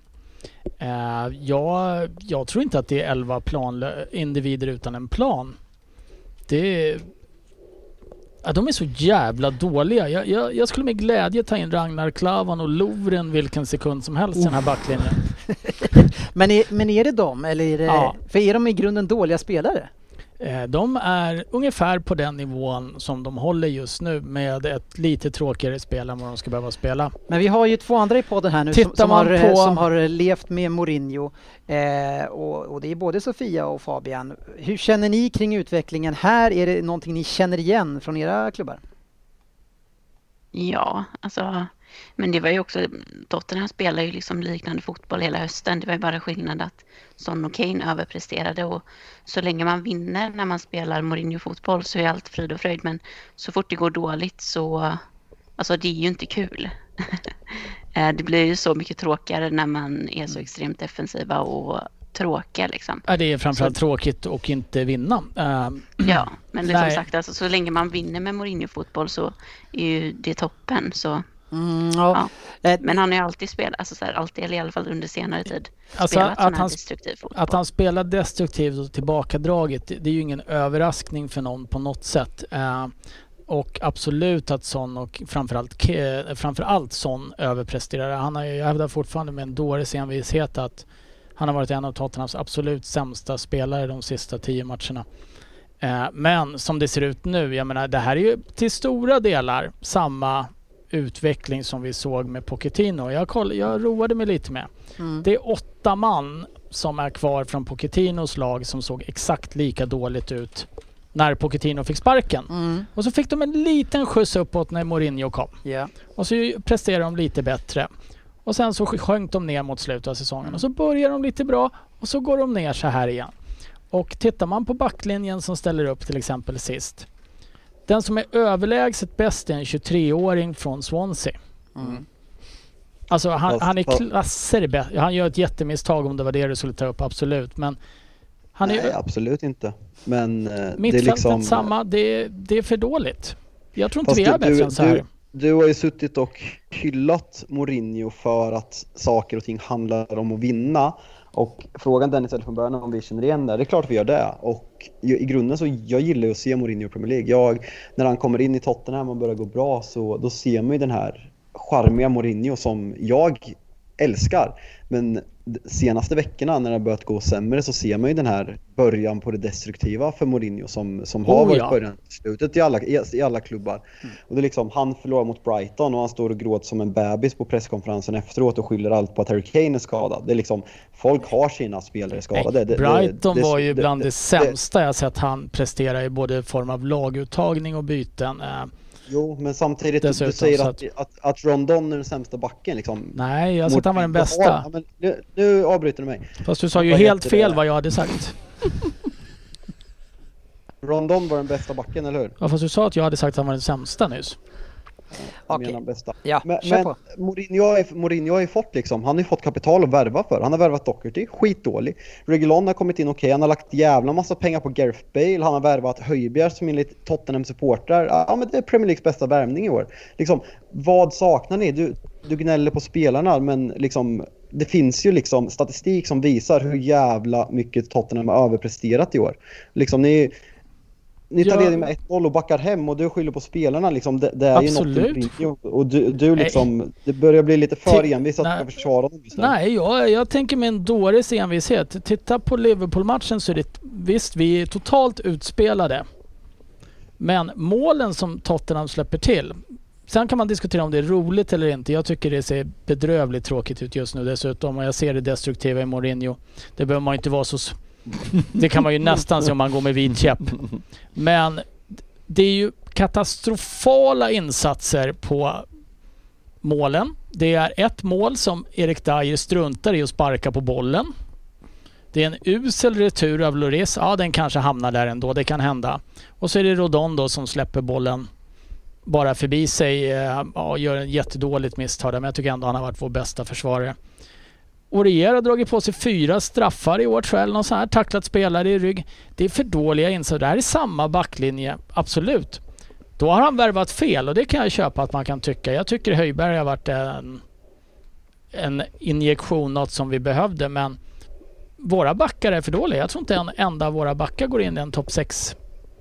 Uh, jag, jag tror inte att det är elva plan, individer utan en plan. Det är, ja, de är så jävla dåliga. Jag, jag, jag skulle med glädje ta in Ragnar Klavan och Lovren vilken sekund som helst i den här backlinjen. men, är, men är det dem? Eller är det, Ja. För är de i grunden dåliga spelare? Eh, De är ungefär på den nivån som de håller just nu med ett lite tråkigare spel än vad de ska behöva spela. Men vi har ju två andra i podden här nu som, Tittar som, man har, eh, på- som har levt med Mourinho eh, och, och det är både Sofia och Fabian. Hur känner ni kring utvecklingen här? Är det någonting ni känner igen från era klubbar? Ja, alltså, men det var ju också, Tottenham spelar ju liksom liknande fotboll hela hösten. Det var ju bara skillnad att Son och Kane överpresterade och så länge man vinner när man spelar Mourinho-fotboll så är allt frid och fröjd. Men så fort det går dåligt så, alltså det är ju inte kul. Eh, det blir ju så mycket tråkigare när man är så extremt defensiva och tråkiga liksom. Ja, det är framförallt Så- tråkigt och inte vinna. Eh, Ja, men det är som Nej. sagt, alltså, så länge man vinner med Mourinho-fotboll så är ju det toppen. Så. Mm, ja. Eh, Men han har ju alltid spelat, alltså så här, alltid, eller i alla fall under senare tid, Alltså, spelat att sån här han- destruktiv fotboll. Att han spelar destruktivt och tillbakadraget, det, det är ju ingen överraskning för någon på något sätt. Eh, och absolut att Son och framförallt, Ke- framförallt Son överpresterar. Han har ju, jag hävdar fortfarande med en dåres envishet att han har varit en av Tottenhams absolut sämsta spelare de sista tio matcherna. Eh, men som det ser ut nu, jag menar det här är ju till stora delar samma utveckling som vi såg med Pochettino. Jag, koll, jag roade mig lite med. mm. Det är åtta man som är kvar från Pochettinos lag som såg exakt lika dåligt ut när Pochettino fick sparken. Mm. Och så fick de en liten skjuts uppåt när Mourinho kom. Ja. Och så presterade de lite bättre. Och sen så sjönk de ner mot slutet av säsongen. Och så börjar de lite bra och så går de ner så här igen. Och tittar man på backlinjen som ställer upp till exempel sist. Den som är överlägset bäst är en tjugotre-åring från Swansea. Mm. Alltså han, Fast- han är fast- klasser bäst. Han gör ett jättemisstag om det var det du skulle ta upp, absolut. Men han Nej, är absolut inte. Men eh, det är mittfältet liksom... samma, det, det är för dåligt. Jag tror inte Fast vi är du, bättre än så här. Du, du har ju suttit och hyllat Mourinho för att saker och ting handlar om att vinna. Och frågan Dennis ställde från början om vi känner igen det. Det är klart vi gör det. Och i grunden så jag gillar ju att se Mourinho i Premier League. Jag, när han kommer in i Tottenham och börjar gå bra, så då ser man ju den här charmiga Mourinho som jag älskar. Men senaste veckorna när det har börjat gå sämre så ser man ju den här början på det destruktiva för Mourinho som, som har Oh, varit ja. början till slutet i alla, i, i alla klubbar. Mm. Och det är liksom, han förlorar mot Brighton och han står och gråter som en bebis på presskonferensen efteråt och skyller allt på att Harry Kane är skadad. Det är liksom, folk har sina spelare skadade. Nej, Brighton det, det, var ju det, bland det, det sämsta jag sett han prestera i både form av laguttagning och byten. Jo, men samtidigt Dessutom, du säger att, att, att, att Rondon är den sämsta backen liksom. Nej, jag sa att han var den bästa. Ja, men nu, nu avbryter du mig. Fast du sa ju helt fel det? Vad jag hade sagt. Rondon var den bästa backen, eller hur? Ja, fast du sa att jag hade sagt att han var den sämsta nyss. Okej. Okay. Bästa. Ja, men men Mourinho, är, Mourinho har ju fått liksom, han har ju fått kapital att värva för. Han har värvat Doherty, skitdålig. Reguilon har kommit in okej, okay. Han har lagt jävla massa pengar på Gareth Bale. Han har värvat Højbjerg som enligt Tottenham-supportrar. Ja, men det är Premier Leagues bästa värvning i år. Liksom, vad saknar ni? Du, du gnäller på spelarna, men liksom, det finns ju liksom statistik som visar hur jävla mycket Tottenham har överpresterat i år. Liksom, ni... Ni tar ledning med ett noll och backar hem och du skyller på spelarna liksom, det, det är Absolut. ju något och du, du liksom, det börjar bli lite för envis att du kan försvara dem. Nej, jag, jag tänker med en dåres envishet. Titta på Liverpool-matchen så är det, visst, vi är totalt utspelade. Men målen som Tottenham släpper till, sen kan man diskutera om det är roligt eller inte. Jag tycker det ser bedrövligt tråkigt ut just nu dessutom och jag ser det destruktiva i Mourinho. Det behöver man inte vara så... Det kan man ju nästan se om man går med vid käpp. Men det är ju katastrofala insatser på målen. Det är ett mål som Erik Dyer struntar i att sparka på bollen. Det är en usel retur av Lloris. Ja, den kanske hamnar där ändå. Det kan hända. Och så är det Rodon då som släpper bollen bara förbi sig. Ja, gör en jättedåligt misstag där. Men jag tycker ändå han har varit vår bästa försvarare. Orier har dragit på sig fyra straffar i år tror jag, någon sån här tacklat spelare i rygg. Det är för dåliga insatser. Det här är samma backlinje, absolut. Då har han värvat fel och det kan jag köpa att man kan tycka. Jag tycker Højbjerg har varit en, en injektion, något som vi behövde, men våra backar är för dåliga. Jag tror inte en enda av våra backar går in i en topp sex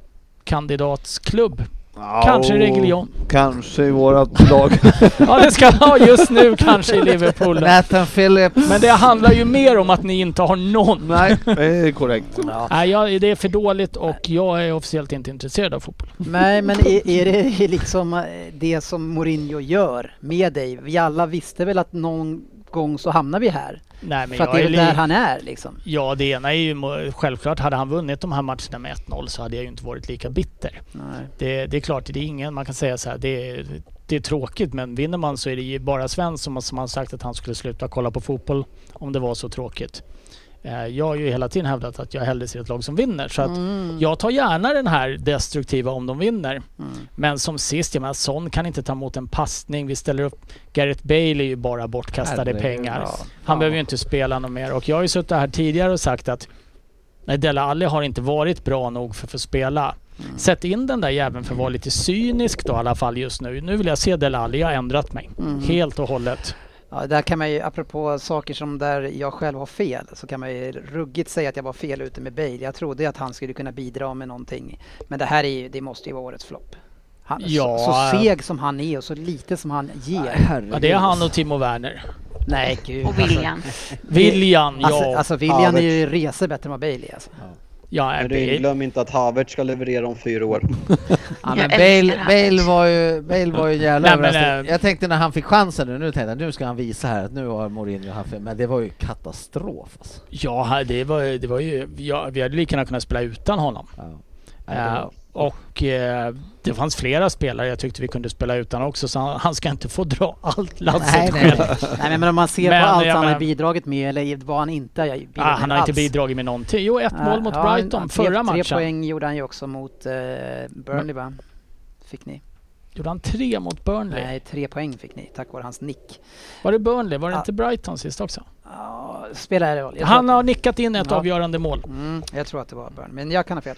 kandidatsklubb. Oh, kanske Reguilon. Kanske i vårat lag. Ja, det ska ha just nu kanske i Liverpool. Nathan Phillips. Men det handlar ju mer om att ni inte har någon. Nej, det är korrekt. Ja. Nej, jag, det är för dåligt och jag är officiellt inte intresserad av fotboll. Nej, men är, är det liksom det som Mourinho gör med dig? Vi alla visste väl att någon gång så hamnar vi här. Nej, men för att det är li- där han är liksom. Ja, det ena är ju självklart, hade han vunnit de här matcherna med ett noll så hade jag ju inte varit lika bitter. Nej. Det, det är klart, det är ingen, man kan säga så här, det är, det är tråkigt, men vinner man så är det ju bara Svensson som har sagt att han skulle sluta kolla på fotboll om det var så tråkigt. Jag har ju hela tiden hävdat att jag hellre ser ett lag som vinner. Så att mm. jag tar gärna den här destruktiva om de vinner. Mm. Men som sist, jag menar, Son kan inte ta emot en passning. Vi ställer upp, Gareth Bale är ju bara bortkastade Herre, pengar. Ja. Han ja. behöver ju inte spela något mer. Och jag har ju suttit här tidigare och sagt att nej, Dele Alli har inte varit bra nog för att få spela. Mm. Sätt in den där jäveln för att vara lite cynisk då i alla fall just nu. Nu vill jag se Dele Alli, jag har ändrat mig. Mm. Helt och hållet. Ja, där kan man ju, apropå saker som där jag själv har fel, så kan man ju ruggigt säga att jag var fel ute med Bale. Jag trodde att han skulle kunna bidra med någonting. Men det här är ju, det måste ju vara årets flopp. Han, ja. så, så seg som han är och så lite som han ger. Ja, det är han och Timo Werner. Nej, gud. Och William. Alltså, William, ja. Alltså, alltså William ja, är ju resor bättre än Bailey alltså. Ja. Ja, men du glöm inte att Havertz ska leverera om fyra år. Ja, men Bale, Bale var ju Bale var ju jävla överraskande. Jag tänkte när han fick chansen nu, nu tänkte jag nu ska han visa här att nu har Mourinho haft, men det var ju katastrof alltså. Ja, det var det var ju ja, vi hade lika gärna kunnat spela utan honom. Ja. Ja, uh, och uh, det fanns flera spelare jag tyckte vi kunde spela utan också, så han, han ska inte få dra allt lasset nej, själv. Nej, nej, men om man ser men, på allt ja, han men, har bidragit med, eller vad han inte har bidragit ah, han har alls. inte bidragit med någonting. Jo, ett uh, mål mot ja, Brighton han, förra tre, matchen. Tre poäng gjorde han ju också mot uh, Burnley, va? Fick ni? Gjorde han tre mot Burnley? Nej, tre poäng fick ni, tack vare hans nick. Var det Burnley? Var det ah. inte Brighton sist också? Ja, spelar det roll. Han har nickat in ett ja. avgörande mål. Mm, jag tror att det var Burn, men jag kan ha fel.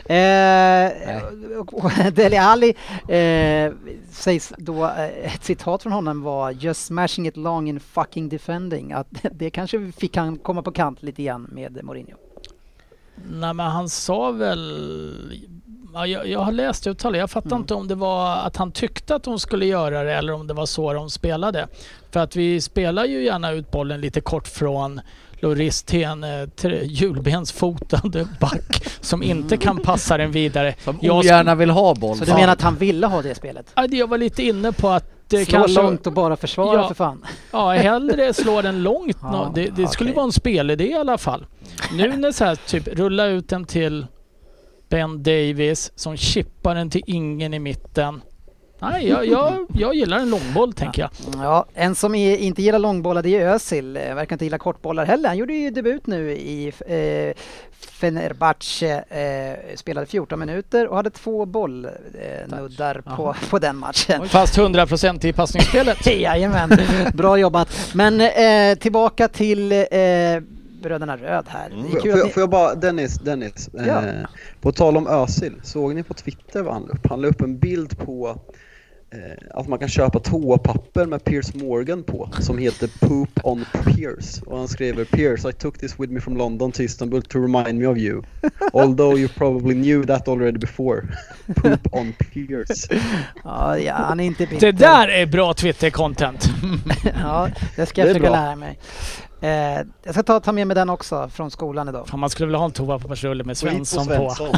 Eh, Dele Alli eh, sägs då, eh, ett citat från honom var just smashing it long in fucking defending. Att det kanske fick han komma på kant lite grann med Mourinho. Nej, men han sa väl... Ja, jag, jag har läst uttalet. Jag fattar mm. inte om det var att han tyckte att de skulle göra det eller om det var så de spelade. För att vi spelar ju gärna ut bollen lite kort från Lloris till en eh, hjulbensfotande back som inte kan passa den vidare. Som jag ogärna vill ha boll. Så du menar att han ville ha det spelet? Ja, jag var lite inne på att det slå kanske... långt och bara försvara ja, för fan. Ja, hellre slå den långt. Ja, det det okay. skulle vara en spelidé i alla fall. Nu när så här, typ rulla ut den till Ben Davis som chippar den till ingen i mitten. Nej, jag, jag, jag gillar en långboll, tänker jag. Ja, en som är, inte gillar långbollar, det är Özil. Verkar inte gilla kortbollar heller. Han gjorde ju debut nu i eh, Fenerbahce. Eh, spelade fjorton minuter och hade två bollnuddar eh, på, på den matchen. Fast hundra procent i passningsspelet. Jajamän, bra jobbat. Men eh, tillbaka till... Eh, bröderna Röd här. Mm. Får, jag, ni... får jag bara, Dennis, Dennis ja. eh, på tal om Özil, såg ni på Twitter vad han la upp? Han la upp en bild på eh, att man kan köpa toapapper med Piers Morgan på, som heter Poop on Piers. Och han skriver: Piers, I took this with me from London to Istanbul to remind me of you. Although you probably knew that already before. Poop on Piers. Ja, ja, han är inte bitter. Det där är bra Twitter-content. Ja, det ska jag försöka lära mig. Eh, jag ska ta, ta med mig den också från skolan idag. Fan, man skulle vilja ha en toapappersrulle med Svensson på. Svensson.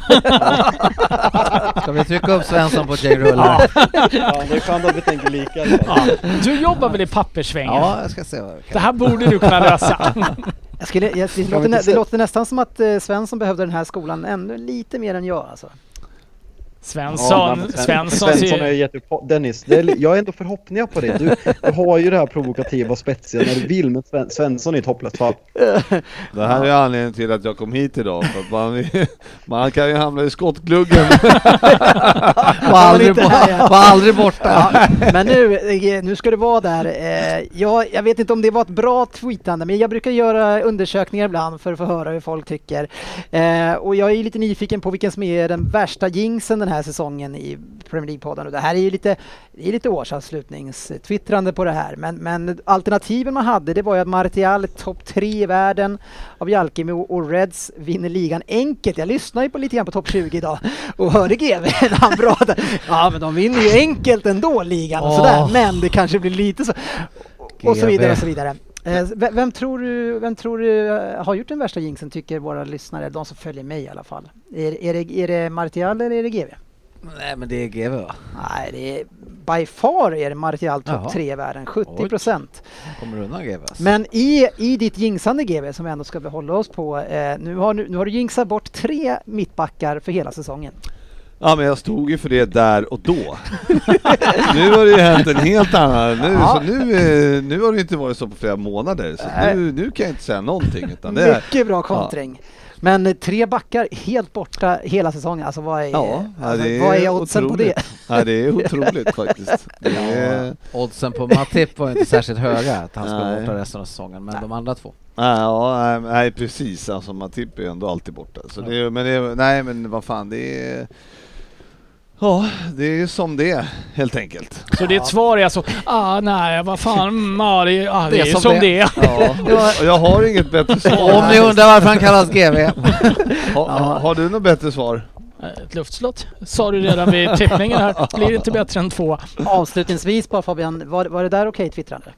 Ska vi trycka upp Svensson på J-rullen? Ja. Ja, det kan då vi tänker lika. Ja. Du jobbar väl i papperssvängen? Ja, jag ska se vad det här borde du kunna lösa. Jag skulle, jag, det, låter, nä, det låter nästan som att eh, Svensson behövde den här skolan ännu lite mer än jag alltså. Svensson, ja, Svensson, Svensson är jätte... Dennis, det är, jag är ändå förhoppningar på det. Du, du har ju det här provokativa och spetsiga när du vill, med Sven, Svensson är ett hopplöst fall. Det här är anledningen till att jag kom hit idag. För att man, man kan ju hamna i skottgluggen. var, aldrig, var aldrig borta. Ja, men nu, nu ska det vara där. Jag, jag vet inte om det var ett bra tweetande, men jag brukar göra undersökningar ibland för att få höra hur folk tycker. Och jag är lite nyfiken på vilken som är den värsta jinxen den här säsongen i Premier League-podden. Och det här är ju lite, det är lite årsavslutningstwittrande på det här. Men, men alternativen man hade, det var ju att Martial är topp tre i världen av Jalkemi och Reds vinner ligan enkelt. Jag lyssnar ju på lite grann på topp tjugo idag och hörde G V när han pratade. Ja, men de vinner ju enkelt ändå ligan och sådär. Men det kanske blir lite så. Och så vidare och så vidare. Vem, vem, tror du, vem tror du har gjort den värsta jinxen, tycker våra lyssnare, de som följer mig i alla fall? Är, är, det, är det Martial eller är det G V? Nej, men det är G V, va? Nej, det är, by far är det Martial topp tre i världen, sjuttio procent. Kommer undan G V. Men i, i ditt jinxande G V som vi ändå ska behålla oss på, eh, nu, har, nu, nu har du jinxat bort tre mittbackar för hela säsongen. Ja, men jag stod ju för det där och då. Nu har det ju hänt en helt annan. Nu, ja. så nu, nu har det inte varit så på flera månader. Så nu, nu kan jag inte säga någonting. Utan det är, mycket bra kontring. Ja. Men tre backar helt borta hela säsongen. Alltså vad är, ja, alltså, är, vad är oddsen otroligt. på det? Ja, det är otroligt faktiskt. Det är... Ja, oddsen på Matip var inte särskilt höga att han ska nej. borta resten av säsongen. Men nej. de andra två. Ja, nej, precis. Alltså Matip är ju ändå alltid borta. Så ja. det är, men det är, nej, men vad fan, det är... Ja, det är som det är, helt enkelt. Så ditt svar är alltså, ah nej, vad fan, mm, ah, det, är, ah, det, det är som, som det är. Ja, och jag har inget bättre svar. Om ni undrar varför han kallas G V. ha, ha, har du något bättre svar? Ett luftslott, sa du redan vid tippningen här. Blir det inte bättre än två? Avslutningsvis bara Fabian, var, var det där okej okay, twittrande?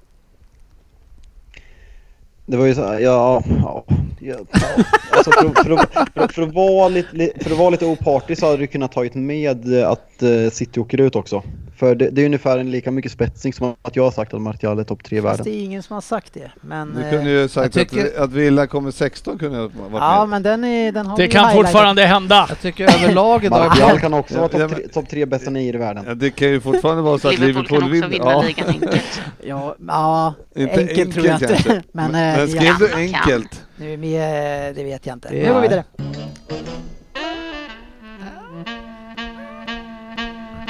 Det var ju så här, ja, ja, ja, alltså för, för, för, för, att vara lite, för att vara lite opartisk så hade du kunnat tagit med att uh, City åker ut också. För det, det är ungefär en lika mycket spetsning som att jag har sagt att Martial är topp tre i världen. Fast det är ingen som har sagt det. Men, du kunde ju sagt tycker... att, att Villa kommer sexton kunde ha varit ja, med. Men den är, den har det kan fortfarande hända. Jag tycker överlag idag... Martial kan också vara topp tre, top tre bästa nio i världen. Ja, det kan ju fortfarande vara så att Liverpool Liverpool vinner. Ja. Ligan enkelt. ja, ja inte enkelt, enkelt tror jag inte. Men, men, men skrev ja. du enkelt? Nu med, det vet jag inte. Ja. Nu går vi vidare.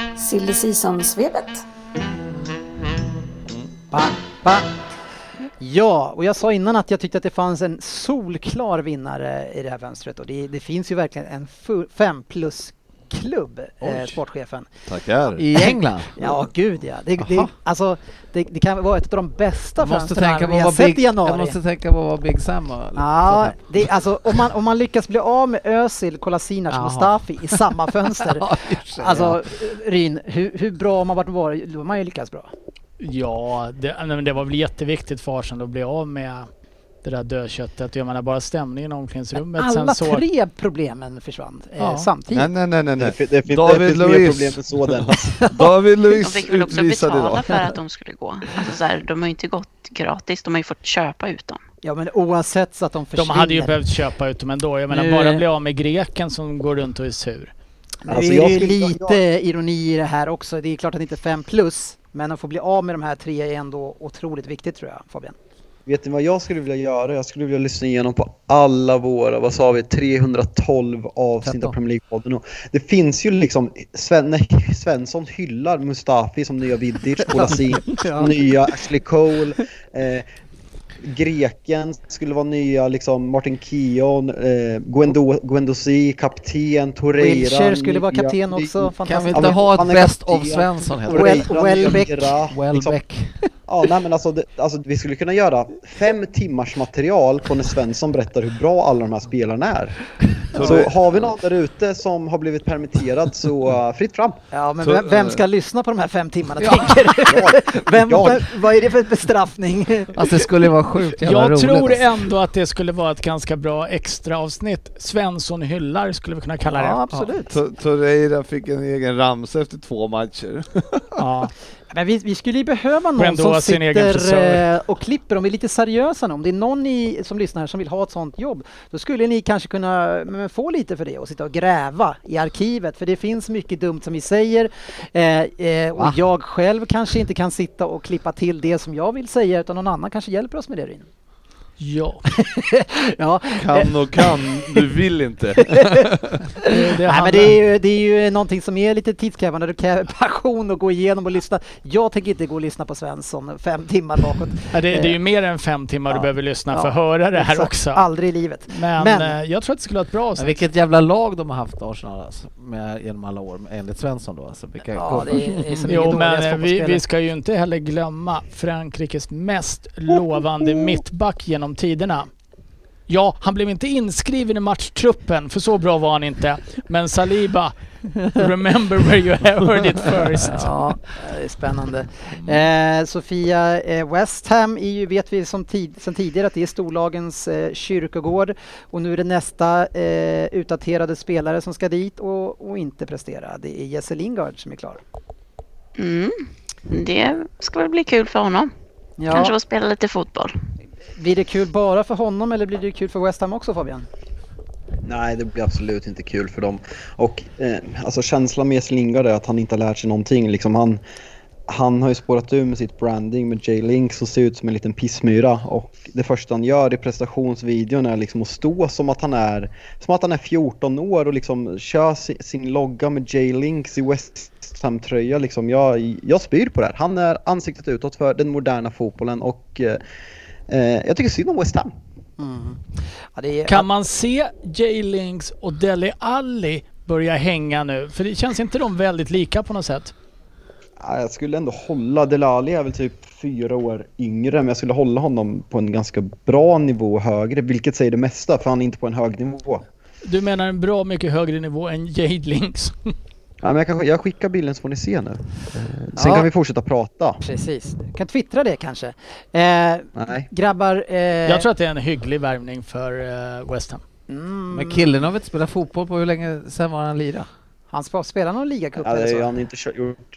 Silly Season-svepet. Ba, ba. Ja, och jag sa innan att jag tyckte att det fanns en solklar vinnare i det här fönstret och det, det finns ju verkligen en fem plus klubb, eh, sportchefen. Tackar. I England? Ja, gud ja. Det, det, alltså, det, det kan vara ett av de bästa fönstren vi har sett Big, i januari. Jag måste tänka på vad Big Sam har. Ja, det, alltså, om, man, om man lyckas bli av med Özil, Kolasinac och Mustafi i samma fönster. Ja, alltså, Ryn, hur, hur bra har man varit, varit? Då har man ju lyckats bra. Ja, det, men det var väl jätteviktigt för Arsenal att bli av med det där dödköttet. Jag menar bara stämningen i omklädningsrummet. Alla sen så... tre problemen försvann ja. eh, samtidigt. Nej, nej, nej, nej. nej. Det, det, det, David det finns Luiz. mer problem än så den. David Luiz de fick väl också betala idag. för att de skulle gå. Alltså så här, de har ju inte gått gratis, de har ju fått köpa ut dem. Ja, men oavsett så att de försvinner. De hade ju behövt köpa ut dem ändå. Jag menar nu... bara bli av med greken som går runt och är sur. Alltså, det är ju skulle... lite ironi i det här också. Det är klart att det inte är fem plus. Men att få bli av med de här tre är ändå otroligt viktigt, tror jag, Fabian. Vet ni vad jag skulle vilja göra? Jag skulle vilja lyssna igenom på alla våra, vad sa vi, trehundratolv avsnitt av Premier League-podden. Det finns ju liksom, Sven, Svensson hyllar Mustafi som nya Vidic, Kolasinac, ja. nya Ashley Cole, eh, greken skulle vara nya liksom Martin Keown, eh, Guendo, Guendouzi, kapten, Torreira. Wilshere skulle vara kapten också. Kan vi inte ja, ha ett best of Svensson? Well, Welbeck. Welbeck. Ja, nej men alltså, det, alltså vi skulle kunna göra fem timmars material på när Svensson berättar hur bra alla de här spelarna är. Så har vi någon där ute som har blivit permitterad så uh, fritt fram. Ja, men vem, vem ska lyssna på de här fem timmarna, ja. tänker du? Vem, ja. vem, vad är det för bestraffning? Alltså det skulle vara sjukt jävla Jag roligt. tror ändå att det skulle vara ett ganska bra extra avsnitt. Svensson hyllar skulle vi kunna kalla det. Ja, absolut. Ja. Torreira fick en egen ramsa efter två matcher. Ja. Men vi, vi skulle ju behöva någon som sitter och klipper, om vi är lite seriösa nu. Om det är någon ni som lyssnar som vill ha ett sånt jobb, då skulle ni kanske kunna men, få lite för det och sitta och gräva i arkivet. För det finns mycket dumt som vi säger. Eh, eh, och Va? jag själv kanske inte kan sitta och klippa till det som jag vill säga, utan någon annan kanske hjälper oss med det, Ryn. Ja. ja. Kan och kan, du vill inte. det, det, Nej, men det, är ju, det är ju någonting som är lite tidskrävande. Du kräver passion och gå igenom och lyssna. Jag tänker inte gå och lyssna på Svensson fem timmar bakåt. Ja, det, det är ju mer än fem timmar ja. du behöver lyssna ja. för att höra det här Exakt. också. Aldrig i livet. Men, men jag tror att det skulle vara ett bra sätt. Vilket jävla lag de har haft Arsenal alltså, med, genom alla år enligt Svensson då. Alltså, vilka ja, det är, är så jo, men vi, vi ska ju inte heller glömma Frankrikes mest lovande mittback genom tiderna. Ja, han blev inte inskriven i matchtruppen, för så bra var han inte. Men Saliba, remember where you heard it first. Ja, det är spännande. Eh, Sofia, eh, West Ham är ju, vet vi som tid, sen tidigare att det är storlagens eh, kyrkogård. Och nu är det nästa eh, utdaterade spelare som ska dit och, och inte prestera. Det är Jesse Lingard som är klar. Mm, det ska väl bli kul för honom. Ja. Kanske att spela lite fotboll. Blir det kul bara för honom eller blir det kul för West Ham också, Fabian? Nej, det blir absolut inte kul för dem. Och eh, alltså känslan med Lingard är att han inte har lärt sig någonting. Liksom han, han har ju spårat ur med sitt branding med J-Link som ser ut som en liten pissmyra. Och det första han gör i prestationsvideon är liksom att stå som att han är, som att han är fjorton år och liksom kör sin, sin logga med J-Links i West Ham-tröja. Liksom jag, jag spyr på det här. Han är ansiktet utåt för den moderna fotbollen och eh, Eh, jag tycker synd om West Ham. Mm. Ja, det är... Kan man se J-Links och Dele Alli börja hänga nu? För det känns inte de väldigt lika på något sätt? Ja, jag skulle ändå hålla Dele Alli är väl typ fyra år yngre, men jag skulle hålla honom på en ganska bra nivå högre, vilket säger det mesta för han är inte på en hög nivå. Du menar en bra mycket högre nivå än J-Links? Ja, men jag, kan, jag skickar bilden så får ni se nu. Sen ja. kan vi fortsätta prata. Precis. Du kan twittra det kanske. Eh, Nej. Grabbar... Eh... Jag tror att det är en hygglig värvning för eh, West Ham. Mm. Men killen har väl spelat fotboll på hur länge sen var han lirade? Han spelar någon ligacup ja, eller så? Ja, han inte kört, gjort...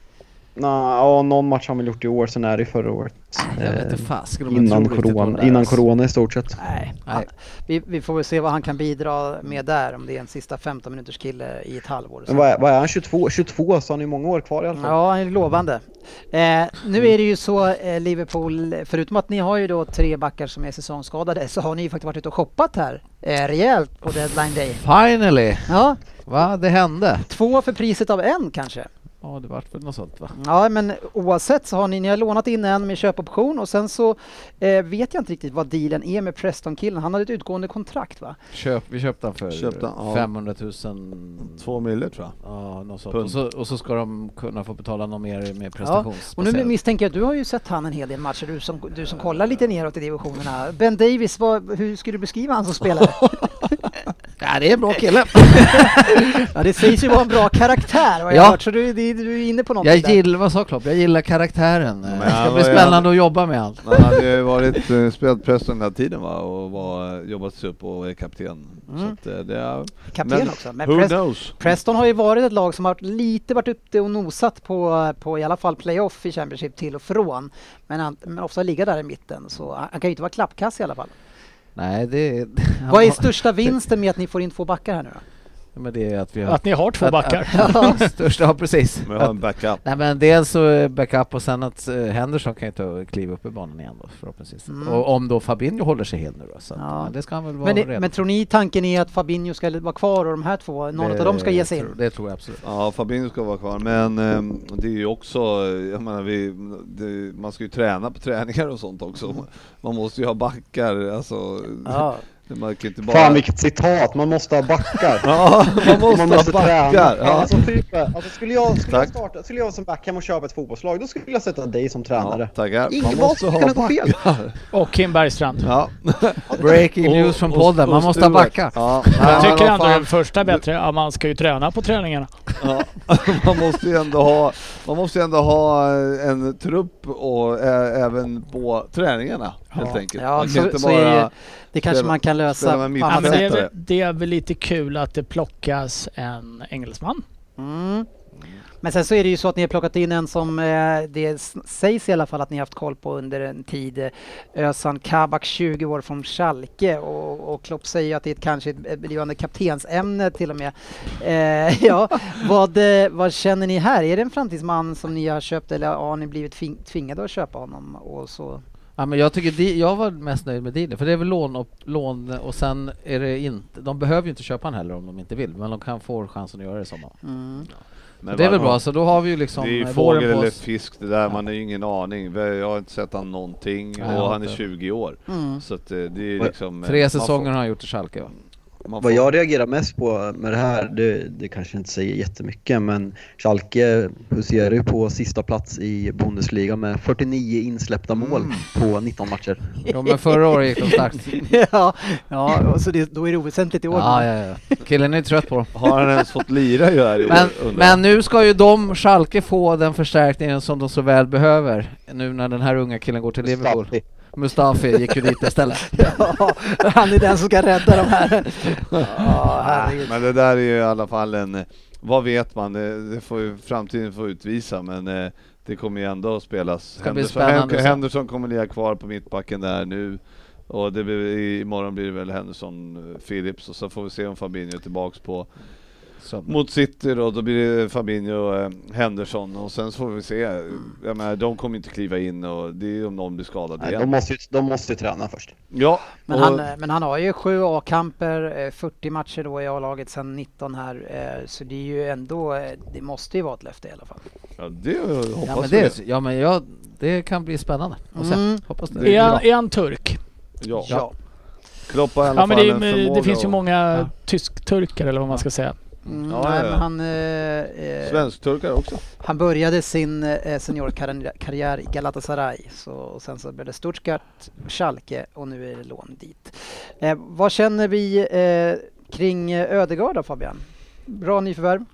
Nah, ja, någon match har han väl gjort i år, sen är det förra året. Jag vet inte fast, innan corona, innan corona i stort sett. Nej, Nej. Vi, vi får väl se vad han kan bidra med där, om det är en sista femton minuters kille i ett halvår. Men vad är, vad är han, tjugotvå? tjugotvå, så han är många år kvar i alla fall. Ja, han är lovande. Eh, nu är det ju så, eh, Liverpool, förutom att ni har ju då tre backar som är säsongsskadade, så har ni ju faktiskt varit ute och shoppat här eh, rejält på deadline day. Finally! Ja. Va? Det hände? Två för priset av en kanske. Ja, det var väl något sånt va? Ja, men oavsett så har ni, ni har lånat in en med köpoption och sen så eh, vet jag inte riktigt vad dealen är med Preston-killen. Han hade ett utgående kontrakt va? Köp, vi köpte han för Köpte han, ja. femhundratusen. Två miljoner tror jag. Ja, något sånt. Och så, och så ska de kunna få betala något mer med prestations. Ja, och nu misstänker jag att du har ju sett han en hel del matcher, du som, du som kollar lite neråt i divisionerna. Ben Davis, vad, hur skulle du beskriva han som spelare? Ja, det är en bra kille. Ja, det sägs ju vara en bra karaktär. Vad jag Ja. hört, så du, du, du är inne på något. Jag gillar, vad sa Klopp? Jag gillar karaktären. Men det ska han bli var ju spännande aldrig- att jobba med allt. Han hade ju varit uh, spelat Preston den här tiden va? Och var, jobbat sig upp och är kapten. Mm. Så att, uh, det är, Kapten men också. Men who Pres- knows? Preston har ju varit ett lag som har lite varit uppe och nosat på, på i alla fall playoff i Championship till och från. Men, han, men ofta ligga där i mitten. Så han, han kan ju inte vara klappkass i alla fall. Nej, det är... Vad är största vinsten med att ni får in två backar här nu då? Men det är att vi har... Att ni har två att- backar. Att, största, ja precis. Men jag har en backup. Nej men dels så är backup och sen att uh, Henderson kan ju ta och kliva upp i banan igen då förhoppningsvis. Mm. Och om då Fabinho håller sig hel nu då. Så att, Ja. men det ska han väl vara Men, det, redan. men tror ni tanken är att Fabinho ska vara kvar och de här två, någon Det av dem ska ge sig in? tror- Det tror jag absolut. Ja, Fabinho ska vara kvar, men um, det är ju också, jag menar, vi, det, man ska ju träna på träningar och sånt också. Mm. Man måste ju ha backar, alltså, Ja. man kan inte bara... Fan vilket citat, man måste ha backar. Ja, man måste, Man måste ha träna. backar. Ja. Ja. Alltså, typ, alltså, skulle, jag, skulle, jag Tack. starta, skulle jag som back hem och köpa ett fotbollslag, då skulle jag sätta dig som tränare. Ja, tackar. Ingen Man vad måste skulle ha kunna gå fel. backar. Och Kim Bergstrand. Ja. Breaking news från podden, man måste ha Stuart. backa. Ja. Jag Nej, tycker men ändå vad det fan. första är bättre. Ja, man ska ju träna på träningarna. Ja, man måste ju ändå ha, man måste ju ändå ha en trupp och ä, även på träningarna helt Ja. enkelt. Ja, Man kan så, inte så är bara det, det kanske spela- man kan spela lösa med på Ja, annat men det, är sätt. väl, det är väl lite kul att det plockas en engelsman. Mm. Men sen så är det ju så att ni har plockat in en som eh, det s- sägs i alla fall att ni har haft koll på under en tid. eh, Özan Kabak, tjugo år från Schalke, och, och Klopp säger att det är ett, kanske ett blivande kaptensämne till och med. Eh, ja, vad, eh, vad känner ni här? Är det en framtidsman som ni har köpt eller har ni blivit tving- tvingade att köpa honom? Och så? Ja, men jag tycker de, jag var mest nöjd med dealen, för det är väl lån och, lån och sen är det inte, de behöver ju inte köpa han heller om de inte vill, men de kan få chansen att göra det i sommar. Mm. Men Det är väl vad- bra, så då har vi ju liksom Det är ju våren fågel på eller oss. fisk det där, Ja. man har ju ingen aning. Jag har inte sett han någonting Nej, jag och har han är inte. tjugo år. Mm. Så att eh, det är liksom... Tre man säsonger får- har han gjort i Schalke va? man Vad får- jag reagerar mest på med det här, det, det kanske inte säger jättemycket, men Schalke huserar ju på sista plats i Bundesliga med fyrtionio insläppta mål på nitton matcher. Ja, men förra året gick de starkt. ja, ja, och så det, då är det oväsentligt i år. Ja, ja, ja. Killen är trött på dem. Har han ens fått lira ju här i Men, år, undrar men nu ska ju de, Schalke, få den förstärkningen som de så väl behöver. Nu när den här unga killen går till Liverpool. Mustafi. Mustafi gick ju dit istället. Ja, han är den som ska rädda de här. Ja, herregud. Men det där är ju i alla fall en, vad vet man, det, det får ju framtiden få utvisa, men eh, det kommer ju ändå att spelas. Ska bli Henderson, spännande Hen- så. Henderson kommer ligga kvar på mittbacken där nu, och det blir, imorgon blir det väl Henderson, eh, Phillips, och så får vi se om Fabinho är tillbaks på Så. mot City då, då blir det Fabinho och eh, Henderson, och sen så får vi se. Jag menar, de kommer inte kliva in, och det är om någon blir skadad Nej, igen. de, måste ju, de måste ju träna först. Ja, Men och- han, men han har ju sju A-kamper, eh, fyrtio matcher då i A-laget sedan nitton här. eh, Så det är ju ändå, eh, det måste ju vara ett löfte i alla fall. ja, det hoppas Ja, men vi. det, ja, men jag, det kan bli spännande. Och sen, Mm. hoppas det. Det Är är han, är han turk? Ja. Ja. Klopp har i alla Ja, men fall det, en är, förmåga det finns ju att- många Ja. tysk-turkar eller vad man ska säga. Mm, Ja, nej, ja, men ja. han, eh, eh, Svensk-turkar också. han började sin eh, seniorkarriär i Galatasaray, så, och sen så blev det Stuttgart, Schalke och nu är det lån dit. Eh, vad känner vi eh, kring eh, Ödegaard då, Fabian? Bra nyförvärv?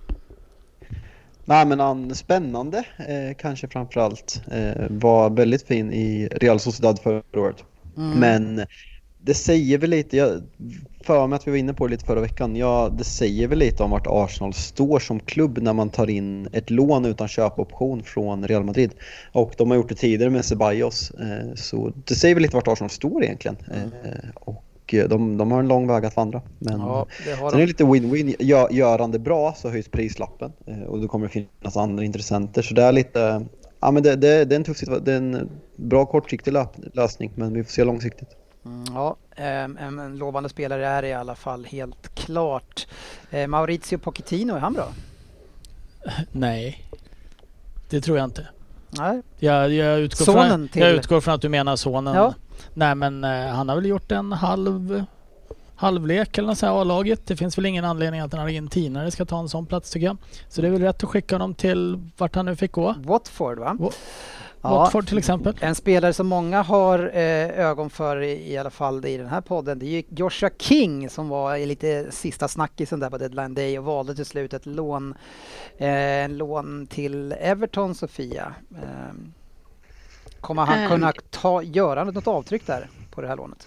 Nej men han spännande eh, kanske framförallt. Eh, var väldigt fin i Real Sociedad förra året. Mm. Men det säger väl lite, jag för mig att vi var inne på det lite förra veckan, ja det säger väl lite om vart Arsenal står som klubb när man tar in ett lån utan köpoption från Real Madrid. Och de har gjort det tidigare med Ceballos, eh, så det säger väl lite vart Arsenal står egentligen. Eh, och de, de har en lång väg att vandra. Men Ja, det har sen är de. det lite win-win. Gör, gör han det bra så höjs prislappen eh, och då kommer det finnas andra intressenter. Så det är lite, ja men det, det, det är en tuff situation. Det är en bra kortsiktig lö- lösning, men vi får se långsiktigt. Mm, ja, ehm, en, en lovande spelare är i alla fall helt klart. Eh, Maurizio Pochettino, är han bra? Nej. Det tror jag inte. Nej. Jag, jag, utgår från, jag utgår från att du menar sonen. Ja. Nej, men eh, han har väl gjort en halv halvlek eller något så här A-laget. Det finns väl ingen anledning att en argentinare ska ta en sån plats tycker jag. Så det är väl rätt att skicka honom till vart han nu fick gå. Watford va? Wa- ja, Watford till exempel. En spelare som många har eh, ögon för i, i alla fall i den här podden, det är ju Joshua King som var i lite sista snackisen där på deadline day och valde till slut ett lån, eh, lån till Everton, Sofia. Eh, kommer han um, kunna ta, göra något avtryck där på det här lånet?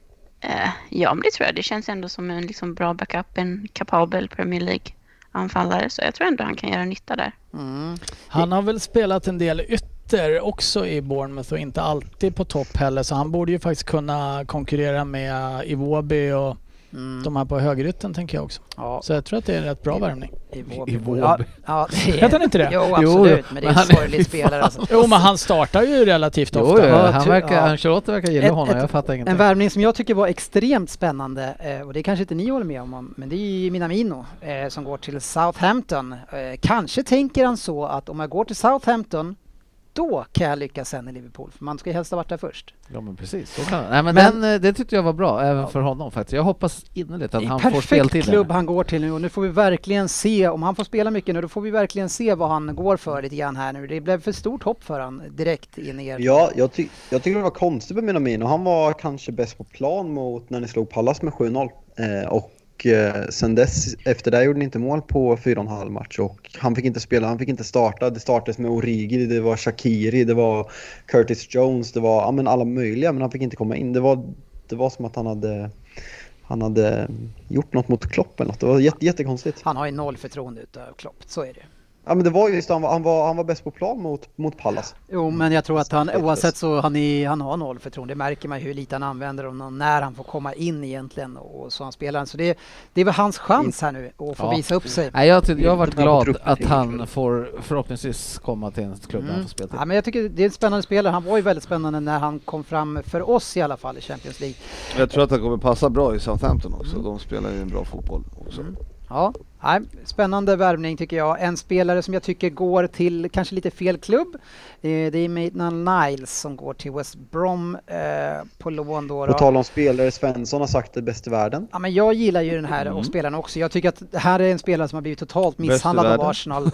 Uh, ja, men det tror jag. Det känns ändå som en liksom bra backup, en kapabel Premier League-anfallare. Så jag tror ändå han kan göra nytta där. Mm. Han har väl spelat en del ytter också i Bournemouth och inte alltid på topp heller. Så han borde ju faktiskt kunna konkurrera med Iwobi och mm. de här på högerytten tänker jag också. Ja. Så jag tror att det är en rätt bra värvning. Iwobi. Ja, ja, vet han inte det? Jo, absolut. Jo, men det är en sorglig spelare. Alltså. Jo, men han startar ju relativt ofta. Jo, ja, han verkar, ja. Ancelotti verkar gilla honom. Jag fattar ingenting. En värvning som jag tycker var extremt spännande, eh, och det kanske inte ni håller med om, men det är ju Minamino eh, som går till Southampton. Eh, kanske tänker han så att om jag går till Southampton, då kan jag lyckas sen i Liverpool. För man ska ju helst ha varit där först. Ja, men precis. Så kan Nej, men, men den, det tyckte jag var bra, även ja. för honom faktiskt. Jag hoppas innerligt att han får speltid. Perfekt klubb han går till nu. Och nu får vi verkligen se, om han får spela mycket nu, då får vi verkligen se vad han går för lite grann här nu. Det blev för stort hopp för han direkt in i er. Ja, jag, ty- jag tycker det var konstigt med Minamino. Han var kanske bäst på plan mot när ni slog Pallas med sju noll. Eh, och Och eh, sen dess, efter det gjorde ni inte mål på fyra och en halv match och han fick inte spela, han fick inte starta. Det startades med Origi, det var Shaqiri, det var Curtis Jones, det var ja, men alla möjliga, men han fick inte komma in. Det var, det var som att han hade, han hade gjort något mot Klopp eller något. Det var jätte, jättekonstigt. Han har ju noll förtroende utav Klopp, så är det. Ja, men det var just han var, han var, han var bäst på plan mot, mot Pallas. Jo, men jag tror att han oavsett så han, är, han har noll förtroende. Det märker man hur lite han använder och när han får komma in egentligen och så han spelar. Så det, det är väl hans chans här nu att få ja. visa upp sig. Nej, jag, jag har varit glad att han får förhoppningsvis komma till en klubb mm. och ja, men jag tycker det är en spännande spelare. Han var ju väldigt spännande när han kom fram för oss i alla fall i Champions League. Jag tror att han kommer passa bra i Southampton också. Mm. De spelar ju en bra fotboll också. Mm. Ja, nej, spännande värvning tycker jag. En spelare som jag tycker går till kanske lite fel klubb. Det är Maitland Niles som går till West Brom eh, på lån då. På tal om spelare, Svensson har sagt det bäst i världen. Ja, men jag gillar ju den här mm. och spelarna också. Jag tycker att det här är en spelare som har blivit totalt misshandlad av Arsenal.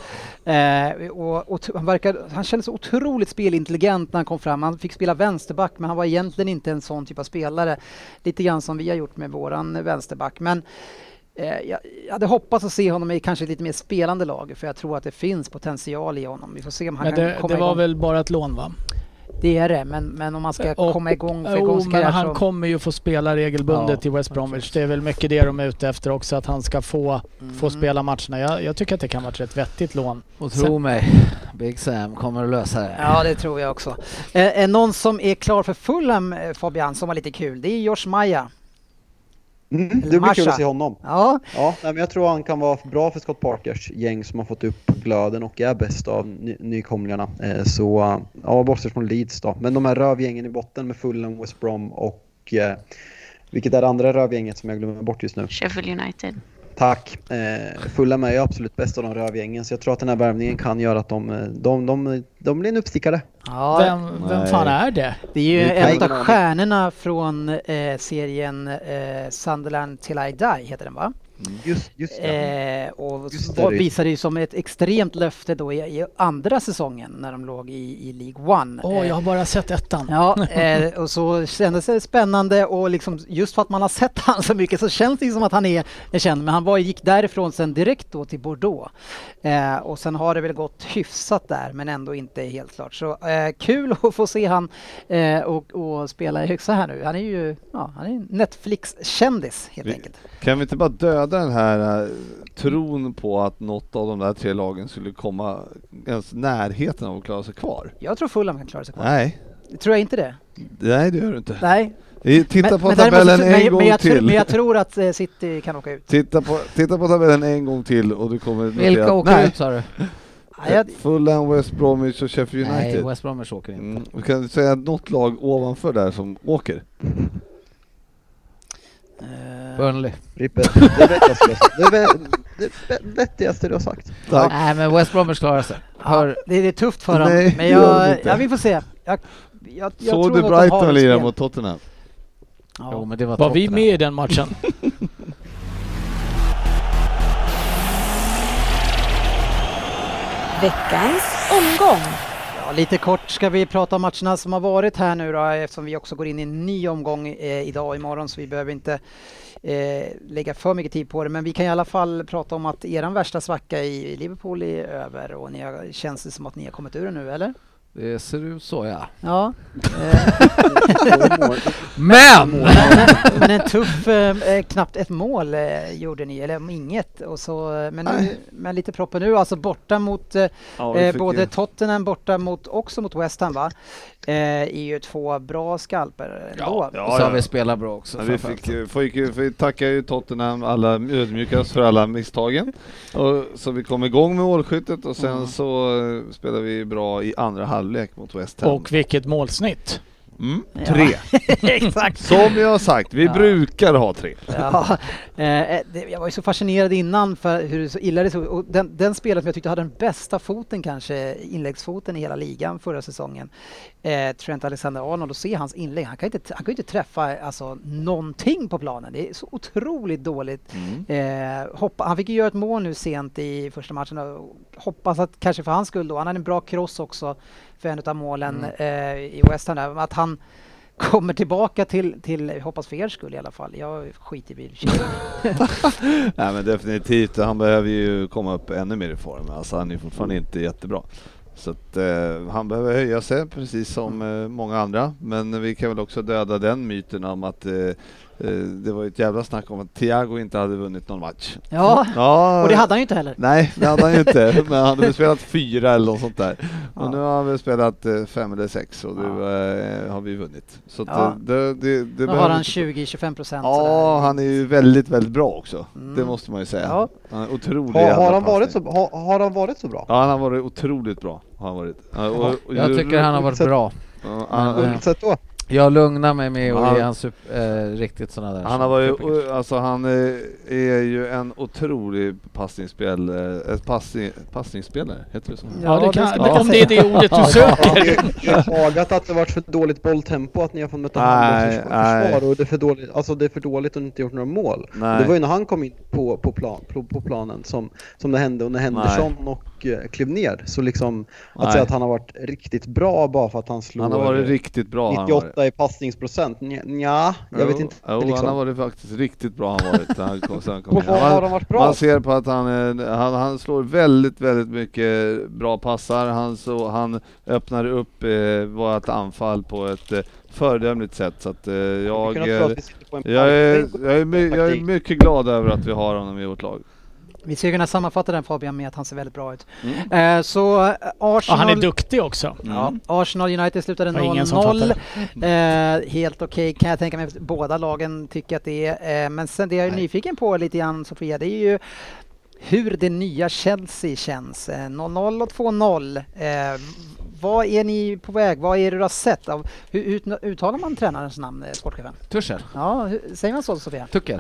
eh, och, och han, verkar, han kändes så otroligt spelintelligent när han kom fram. Han fick spela vänsterback, men han var egentligen inte en sån typ av spelare. Lite grann som vi har gjort med våran vänsterback. Men Jag, jag hade hoppats att se honom i kanske lite mer spelande lag, för jag tror att det finns potential i honom. Vi får se om han men kan det, komma det var igång. väl bara ett lån va? Det är det, men, men om man ska och, komma igång för oh, men han så... kommer ju få spela regelbundet ja, i West Bromwich. Det är väl mycket det de är ute efter också, att han ska få, mm. få spela matcherna. Jag, jag tycker att det kan vara ett rätt vettigt lån. Och tro Sen... mig, Big Sam kommer att lösa det. Ja, det tror jag också. Eh, någon som är klar för Fulham, Fabian, som var lite kul, det är Josh Maja. Mm, det blir kul att se honom. Ja. Ja, men jag tror han kan vara bra för Scott Parkers gäng som har fått upp glöden och är bäst av ny- nykomlingarna. Eh, så ja, bortsett från Leeds då. Men de här rövgängen i botten med Fulham, West Brom och eh, vilket är det andra rövgänget som jag glömmer bort just nu? Sheffield United. Tack. Eh, Fulham är ju absolut bäst av de rövgängen, så jag tror att den här värvningen kan göra att de, de, de, de blir en uppstickare. Ja, vem, vem fan är det? Det är ju en av stjärnorna från eh, serien eh, Sunderland Till I Die heter den va? Mm. Just, just det. Eh, och just det. Visade ju som ett extremt löfte då i, i andra säsongen när de låg i, i League One. Åh, oh, jag har bara sett ettan. Ja, eh, och så kändes det spännande och liksom just för att man har sett han så mycket så känns det som att han är, är känd. Men han var, gick därifrån sen direkt då till Bordeaux. Eh, och sen har det väl gått hyfsat där, men ändå inte helt klart. Så eh, kul att få se han eh, och, och spela i högsta här nu. Han är ju ja, han är Netflix-kändis helt vi, enkelt. Kan vi inte bara döda den här uh, tron på att något av de där tre lagen skulle komma ens närheten av att klara sig kvar? Jag tror Fulham kan klara sig kvar. Nej. Tror jag inte det? Nej, det gör du inte. Nej. Titta men, på men tabellen måste, en men, gång men jag till. Tror, men jag tror att uh, City kan åka ut. Titta på, titta på tabellen en gång till och du kommer... Vilka åker nej. ut, sa du? Fulham, West Bromwich och Sheffield United. Nej, West Bromwich åker inte. Mm. Vi kan säga något lag ovanför där som åker. Uh, Burnley. Frippe, det vettigaste du har sagt. Det, det, det vettigaste du har sagt. Ja. Nej, men West Bromwich klarar sig. Ja, det är tufft för dem. Nej, men jag, ja, vi får se. Jag, jag, jag Såg tror du att Brighton lira mot Tottenham? Ja. Jo, men det var, var Tottenham. vi med i den matchen? Veckans omgång. Ja, lite kort ska vi prata om matcherna som har varit här nu då, eftersom vi också går in i en ny omgång eh, idag och imorgon, så vi behöver inte eh, lägga för mycket tid på det. Men vi kan i alla fall prata om att eran värsta svacka i Liverpool är över, och ni har, känns det som att ni har kommit ur det nu, eller? Det ser ut så, ja. Ja. Men! Men en tuff, eh, knappt ett mål eh, gjorde ni, eller inget. Och så, men, nu, men lite proppen nu, alltså borta mot eh, Ja, både ju. Tottenham, borta mot, också mot West Ham, va? Eh, är ju två bra skalper ändå. Ja, Och så ja. har vi spelat bra också. Ja, vi fick, ju- fick, ju- fick tacka ju Tottenham alla ödmjukast för alla misstagen. Och, så vi kom igång med målskyttet och sen Mm. så uh, spelade vi bra i andra halvlek mot West Ham. Och vilket målsnitt. Mm, Ja. tre. Exakt. Som jag har sagt, vi Ja. brukar ha tre. Ja, eh, det, jag var ju så fascinerad innan för hur så illa det såg. Och den, den spelaren som jag tyckte hade den bästa foten, kanske inläggsfoten i hela ligan förra säsongen, eh, Trent Alexander-Arnold, och se hans inlägg. Han kan ju inte, han kan ju inte träffa alltså, någonting på planen. Det är så otroligt dåligt. Mm. Eh, hoppa, han fick ju göra ett mål nu sent i första matchen. Och hoppas att kanske för hans skull då, han hade en bra cross också för en av målen eh, i West Ham där, att han kommer tillbaka till, till hoppas för er skull i alla fall. Jag skiter i bil. Nej, men definitivt, han behöver ju komma upp ännu mer i form. Alltså han är fortfarande inte jättebra. Så att, eh, han behöver höja sig precis som eh, många andra. Men vi kan väl också döda den myten om att eh, eh, det var ett jävla snack om att Thiago inte hade vunnit någon match. Ja, Ja, och det hade han ju inte heller. Nej, det hade han ju inte. Men han hade väl spelat fyra eller något sånt där. Och Ja. nu har han väl spelat eh, fem eller sex och nu eh, har vi vunnit. Så att, Ja. eh, det, det, det Nu har behöver han inte- tjugo till tjugofem procent. Ja, han är ju väldigt, väldigt bra också. Mm. Det måste man ju säga. Ja. Han är otrolig Har, jävla har, han varit passning. så, har, har han varit så bra? Ja, han har varit otroligt bra. Har han varit. Ja, och, och, Jag tycker han har varit bra. Ja, han, På vilket sätt då? Jag lugnar mig med Ja. att ge han super, eh, riktigt sådana där. han har varit, o- alltså han är, är ju en otrolig passningsspel, eh, ett passning, passningsspelare, heter det så? Ja, det det kan, ska man om det är det ordet du söker. Jag har klagat att det varit för dåligt bolltempo, att ni har fått möta Nej, handbollsförsvar nej. och det är för dåligt, alltså det är för dåligt och inte gjort några mål. Nej. Det var ju när han kom in på, på, plan, på, på planen som, som det hände, och när Henderson och eh, klev ner, så liksom att Nej. säga att han har varit riktigt bra bara för att han slår Han har varit riktigt bra. han har varit. nittioåtta i passningsprocent. Nja, nja, jag Jo, vet inte. Jo, liksom. han har varit faktiskt riktigt bra. Han varit. Han kom, sen kom På in. vad Han- har han varit bra? Man ser på att han, är- han, han slår väldigt, väldigt mycket bra passar. Han, så, han öppnar upp eh, vårt anfall på ett eh, föredömligt sätt. Så att, eh, jag, Vi kunde tro är, att vi sitter på en jag, är, poäng. jag, är, my- jag är mycket glad över att vi har honom i vårt lag. Vi ska kunna sammanfatta den, Fabian, med att han ser väldigt bra ut. Mm. Eh, så eh, Och Arsenal... han är duktig också. Ja, Arsenal United slutade Det var ingen som noll noll. Eh, helt okej kan jag tänka mig. Båda lagen tycker att det är. Eh, men sen det jag är Nej. nyfiken på lite grann, Sofia, det är ju hur det nya Chelsea känns. Eh, noll noll och två noll. Eh, vad är ni på väg? Vad är det du har sett? Av, hur ut, uttalar man tränarens namn, eh, sportchefen? Tuchel. Ja, hur, säger man så, Sofia? Tuchel.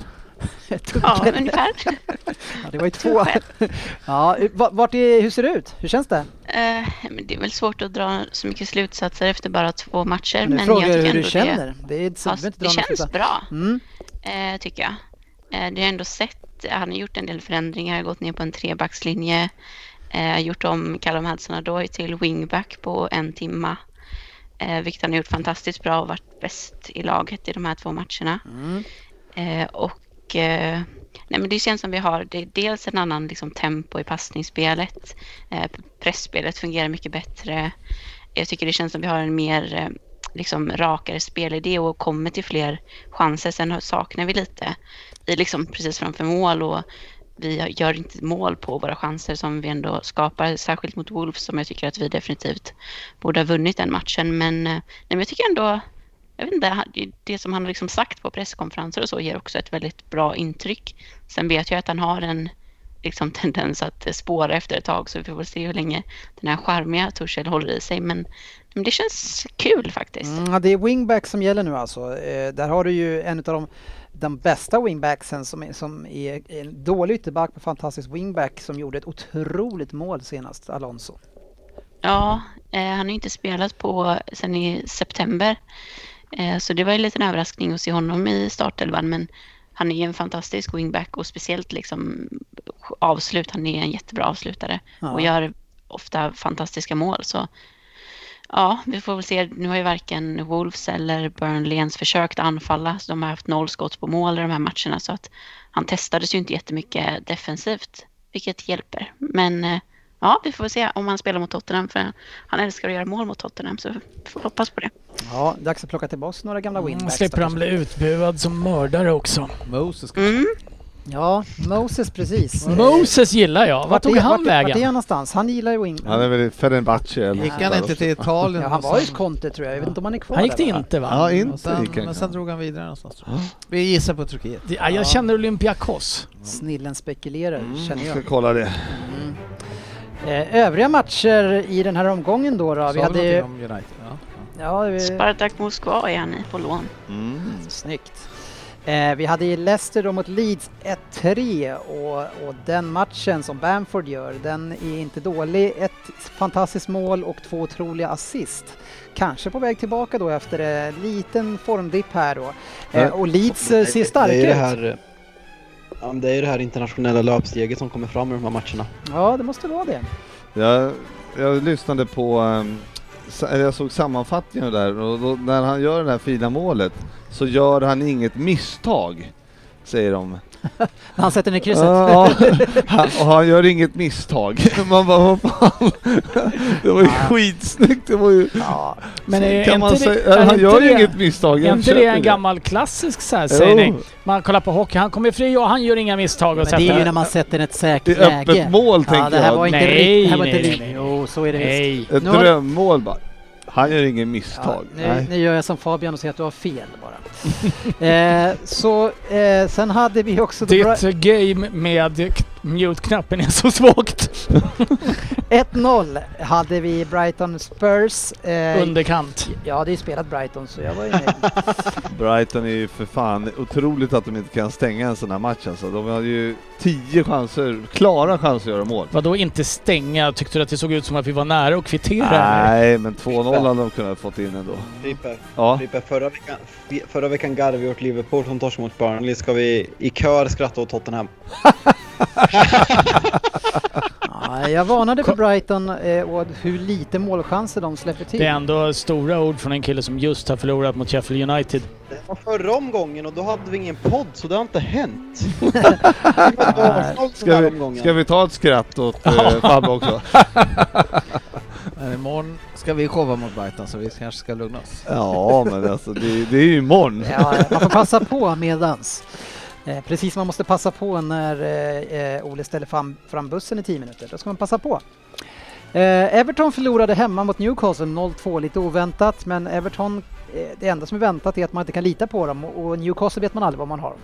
Ja, ungefär. Ja, det var ju två. Ja, vart vart är, hur ser det ut? Hur känns det? Eh, men det är väl svårt att dra så mycket slutsatser efter bara två matcher. Nu men frågar jag jag tycker hur du ändå känner. Det, Det, är, så, ja, du behöver inte det dra några känns slutsatser. bra, Mm. eh, tycker jag. Eh, det har ändå sett, han har gjort en del förändringar, gått ner på en trebackslinje, eh, gjort om Callum Hudson-Odoi till wingback på en timma. Eh, vilket han har gjort fantastiskt bra och varit bäst i laget i de här två matcherna. Mm. Eh, och eh, nej, men det känns som vi har det är dels en annan liksom, tempo i passningsspelet. Eh, pressspelet fungerar mycket bättre. Jag tycker det känns som vi har en mer eh, liksom, rakare spelidé och kommer till fler chanser. Sen saknar vi lite i liksom, precis framför mål, och vi gör inte mål på våra chanser som vi ändå skapar, särskilt mot Wolves som jag tycker att vi definitivt borde ha vunnit den matchen. Men, nej, men jag tycker ändå, jag vet inte, det som han har liksom sagt på presskonferenser och så ger också ett väldigt bra intryck. Sen vet jag att han har en liksom tendens att spåra efter ett tag, så vi får se hur länge den här charmiga Tuchel håller i sig, men, men det känns kul faktiskt. Mm, det är wingback som gäller nu alltså. Eh, där har du ju en av de, de bästa wingbacksen som är, som är en dålig ytterback med fantastisk wingback som gjorde ett otroligt mål senast, Alonso. Ja, eh, han har ju inte spelat på sen i september, eh, så det var ju lite en överraskning att se honom i startelvan, men han är ju en fantastisk wingback och speciellt liksom avslut, han är en jättebra avslutare ja. och gör ofta fantastiska mål, så ja, vi får väl se. Nu har ju varken Wolves eller Burnley ens försökt anfalla, så de har haft noll skott på mål i de här matcherna, så att han testades ju inte jättemycket defensivt, vilket hjälper, men ja, vi får se om han spelar mot Tottenham, för han älskar att göra mål mot Tottenham, så vi får hoppas på det. Ja, dags att plocka tillbaka några gamla wingbacks. Mm, slipper han bli utbuad som mördare också. Moses kanske. Mm. Ja, Moses precis. Moses gillar jag. Vad tog han vägen? Vart är han någonstans? Han gillar ju wing. Han är väl i Fenerbahce eller gick han inte till Italien? Ja, han var ju Conte tror jag. Jag vet inte om han är kvar. Han gick det där, inte va? Ja, inte. Sen, men sen drog han vidare någonstans tror jag. Vi gissar på Turkiet. Ja, jag känner Olympiakos. Snillen spekulerar, Mm, känner jag. ska kolla det. Mm. Eh, övriga matcher i den här omgången då, då. Vi hade ju... om United. Ja. Ja, vi... Spartak Moskva är han i på lån. Mm. Snyggt. Eh, vi hade ju Leicester då mot Leeds ett tre och, och den matchen som Bamford gör, den är inte dålig. Ett fantastiskt mål och två otroliga assist. Kanske på väg tillbaka då efter en liten formdipp här då. Eh, och Leeds det, ser starka det är ut. Det, här, ja, det är ju det här internationella löpsteget som kommer fram i de här matcherna. Ja, det måste vara det. Jag, jag lyssnade på, um, eller jag såg sammanfattningen där, och då, när han gör det här fina målet så gör han inget misstag, säger de. Han sätter ner krysset. Ja, han, och han gör inget misstag. Man bara, vad fan? Det var ju ja. skitsnyggt. Det var ju... Ja. Men är, kan man inte säga, det, han gör det, inget misstag. Är inte det en gammal klassisk så här sägning? Man kollar på hockey, han kommer fri och han gör inga misstag. Och men det är ju när man sätter ett säkert läge. läge. Öppet mål, ja, tänker det här jag. var inte nej, riktigt. Det här var nej, inte nej, nej. Jo, så är det nej. visst. Ett drömmål bara. Han gör ingen misstag. Ja, nu, nu gör jag som Fabian och säger att du har fel bara. eh, så eh, sen hade vi också... Ditt bra... game med mute-knappen är så svagt. ett noll hade vi Brighton Spurs. Eh, Underkant. Ja, det är spelat Brighton så jag var ju nöjd. Brighton är ju för fan otroligt att de inte kan stänga en sån här match. Alltså. De har ju tio chanser, klara chanser att göra mål. Vadå inte stänga? Tyckte du att det såg ut som att vi var nära och kvittera? Nej, men två noll hade de kunnat fått in ändå. Frippe, ja. Frippe, förra veckan, förra veckan garvade vi åt Liverpool som torsk mot Burnley. Ska vi i kör skratta åt Tottenham? Ja, jag varnade för Brighton eh, och hur lite målchanser de släpper till. Det är ändå stora ord från en kille som just har förlorat mot Sheffield United. Det var förra omgången och då hade vi ingen podd så det har inte hänt. ska, vi, ska vi ta ett skratt åt eh, Fabbe också? Imorgon ska vi showa mot Brighton så vi kanske ska lugna oss. Ja, men alltså det, det är ju imorgon. Ja, man får passa på medans. Eh, precis som man måste passa på när eh, Ole ställer fram, fram bussen i tio minuter. Då ska man passa på. Eh, Everton förlorade hemma mot Newcastle noll två, lite oväntat. Men Everton, eh, det enda som är väntat är att man inte kan lita på dem. Och, och Newcastle vet man aldrig vad man har.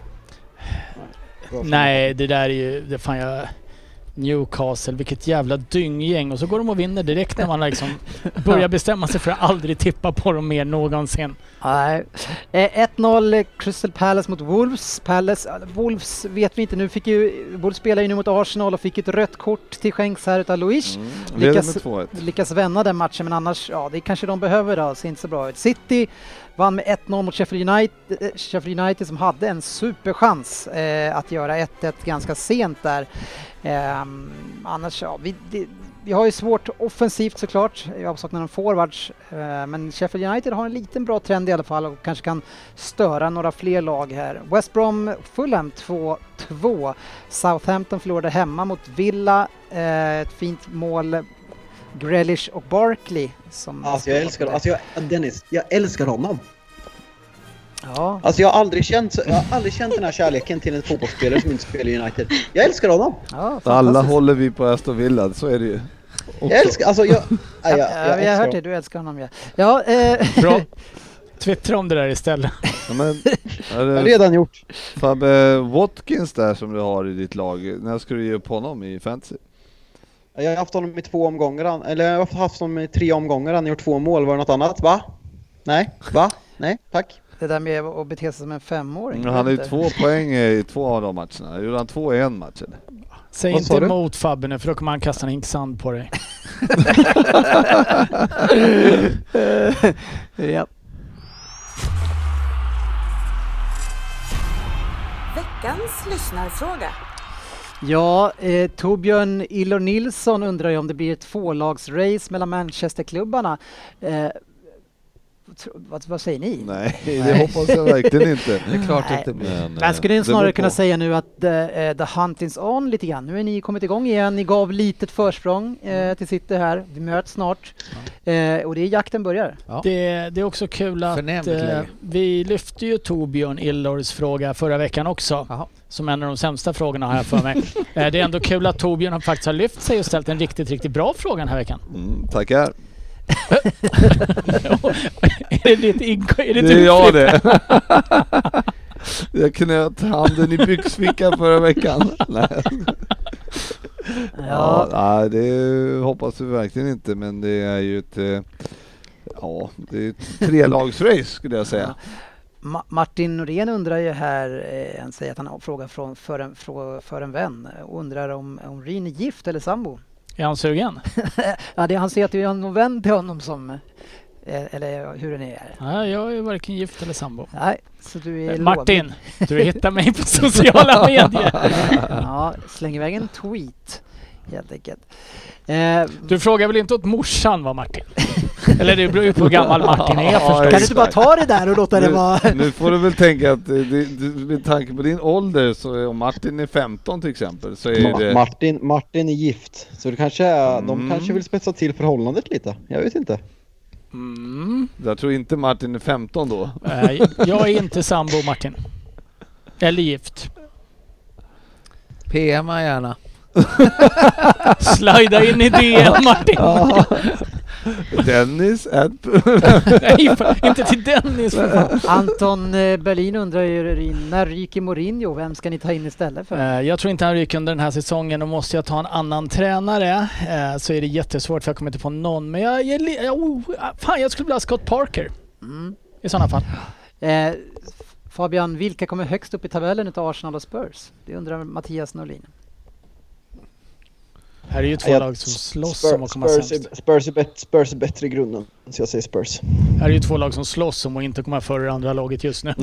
Nej, det där är ju... Det fan jag... Newcastle, vilket jävla dynggäng. Och så går de och vinner direkt när man liksom börjar bestämma sig för att aldrig tippa på dem mer någonsin. Nej. ett noll Crystal Palace mot Wolves. Palace, Wolves vet vi inte. Nu fick ju Wolves spelar ju nu mot Arsenal och fick ett rött kort till skänks här utav Luiz. Mm, lyckas, lyckas vända den matchen, men annars, ja, det kanske de behöver då. Ser inte så bra ut. City vann med ett noll mot Sheffield United, Sheffield United som hade en superchans eh, att göra ett ett ganska sent där. Eh, annars, ja, vi, det, vi har ju svårt offensivt såklart. Jag har saknat någon forwards. Eh, men Sheffield United har en liten bra trend i alla fall och kanske kan störa några fler lag här. West Brom Fulham två två. Southampton förlorade hemma mot Villa. Eh, ett fint mål. Grealish och Barkley som... Alltså jag älskar alltså jag, Dennis, jag älskar honom. Ja. Alltså jag har aldrig känt jag har aldrig känt den här kärleken till en fotbollsspelare som inte spelar i United. Jag älskar honom. Ja, alla håller vi på Aston Villa, så är det ju. Också. Jag älskar alltså jag ja, jag, jag, jag har hört det, du älskar honom ja. Ja, eh. Bra. Twittra om det där istället. Ja, men, det redan gjort. Fabbe Watkins där som du har i ditt lag, när ska du ge upp honom i fantasy? Jag har haft honom i två omgångar, eller jag har haft honom i tre omgångar, han har gjort två mål, var det något annat? Va? Nej, va? Nej, tack. Det där med att bete sig som en femåring. Han har ju två poäng i två av de matcherna. Gjorde han två i en match? Eller? Säg Vad inte sa du? emot Fabbe nu, för då kommer han kasta en hink sand på dig. Ja. Veckans lyssnarfråga. Ja, eh, Torbjörn Illor Nilsson undrar ju om det blir ett tvålagsrace mellan Manchesterklubbarna. Eh, vad, vad säger ni? Nej, det hoppas jag verkligen inte. Det är klart Nej. inte. Men, Jag skulle det snarare beror kunna på. säga nu att uh, the hunting's on lite grann. Nu är ni kommit igång igen. Ni gav litet försprång uh, till City här. Vi möts snart. Uh, och det är jakten börjar. Ja. Det, det är också kul att Förnämligt eh, läge. vi lyfte ju Torbjörn Illors fråga förra veckan också. Jaha. Som en av de sämsta frågorna har jag för mig. eh, det är ändå kul att Torbjörn har faktiskt har lyft sig och ställt en riktigt, riktigt bra fråga den här veckan. Mm, tackar. är det ditt inko- är det, Det är jag det. Jag knöt handen i byxfickan förra veckan. Nej. Ja, nej, det hoppas vi verkligen inte, men det är ju ett eh, ja, det är ett trelagsrace skulle jag säga. Ma- Martin Norén undrar ju här, eh, han säger att han har frågat från för en, för, för en vän och undrar om, om Rin är gift eller sambo. Är han sugen? Ja, det, han säger att det är någon vän till honom som, eh, eller hur den är. Nej, jag är varken gift eller sambo. Nej, så du är Martin, du hittar mig på sociala medier. Ja, släng iväg en tweet helt enkelt. Eh, Du frågar väl inte åt morsan, va Martin? Eller det beror ju på hur gammal Martin är förstås. kan du inte bara ta det där och låta det vara... Nu, nu får du väl tänka att det, det, med tanke på din ålder, så om Martin är femton till exempel, så är Ma- det... Martin, Martin är gift, så det kanske är, de Mm. kanske vill spetsa till förhållandet lite. Jag vet inte. Mm. Jag tror inte Martin är femton då. Nej, jag är inte sambo, Martin. Eller gift. P M gärna. Slida in i D M, Martin. Dennis at... Nej, inte till Dennis. För fan. Anton eh, Berlin undrar ju, när ryker Mourinho? Vem ska ni ta in istället för? Eh, Jag tror inte han ryker under den här säsongen, och måste jag ta en annan tränare eh, så är det jättesvårt, för jag kommer inte få någon. Men jag, jag, jag, oh, fan, jag skulle vilja ha Scott Parker Mm. i sådana fall. Eh, Fabian, vilka kommer högst upp i tabellen utav Arsenal och Spurs? Det undrar Mattias Norlin. Här är ju två Jag- lag som slåss Spurs- om att komma Spurs, sämst. är, Spurs, är bet, Spurs är bättre i grunden, så jag säger Spurs. Här är ju två lag som slåss om att inte komma före det andra laget just nu.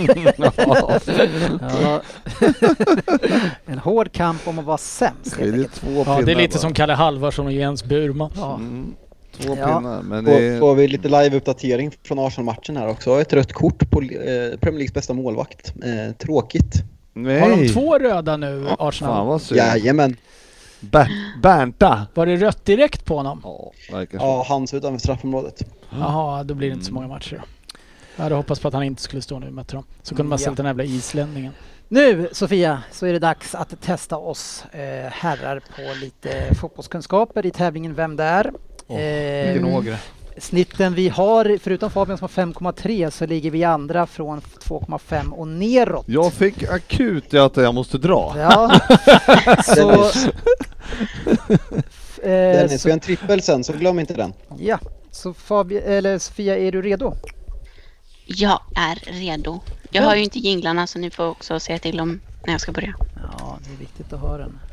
Ja. En hård kamp om att vara sämst. Det är helt det enkelt. två Ja, pinnar det är lite bara. som Kalle Halvarsson och Jens Burman. Ja. Mm, två Ja. pinnar, men det Får, är... får vi lite live-uppdatering från Arsenal-matchen här också. Ett rött kort på eh, Premier Leagues bästa målvakt. Eh, tråkigt. Nej. Har de två röda nu, Arsenal? Fan vad synd. Jajamän. Ber- Bernta. Var det rött direkt på honom? Ja, verkar så. Ja, hands utanför straffområdet. Jaha, då blir det inte så många matcher då. Jag hade hoppats på att han inte skulle stå nu, mötte dem. Så kunde man Ja. ställt den jävla islänningen. Nu, Sofia, så är det dags att testa oss eh, herrar på lite fotbollskunskaper i tävlingen Vem där? Åh, Eh, vilken ågre. Snitten vi har, förutom Fabian som har fem komma tre, så ligger vi andra från två komma fem och neråt. Jag fick akut i att jag måste dra. Ja, så... Dennis, eh, Dennis, vi så har en trippel sen, så glöm inte den. ja, så Fabian, eller Sofia, är du redo? Jag är redo. Jag har ju inte jinglarna, så ni får också säga till om när jag ska börja. Ja, det är viktigt att ha den.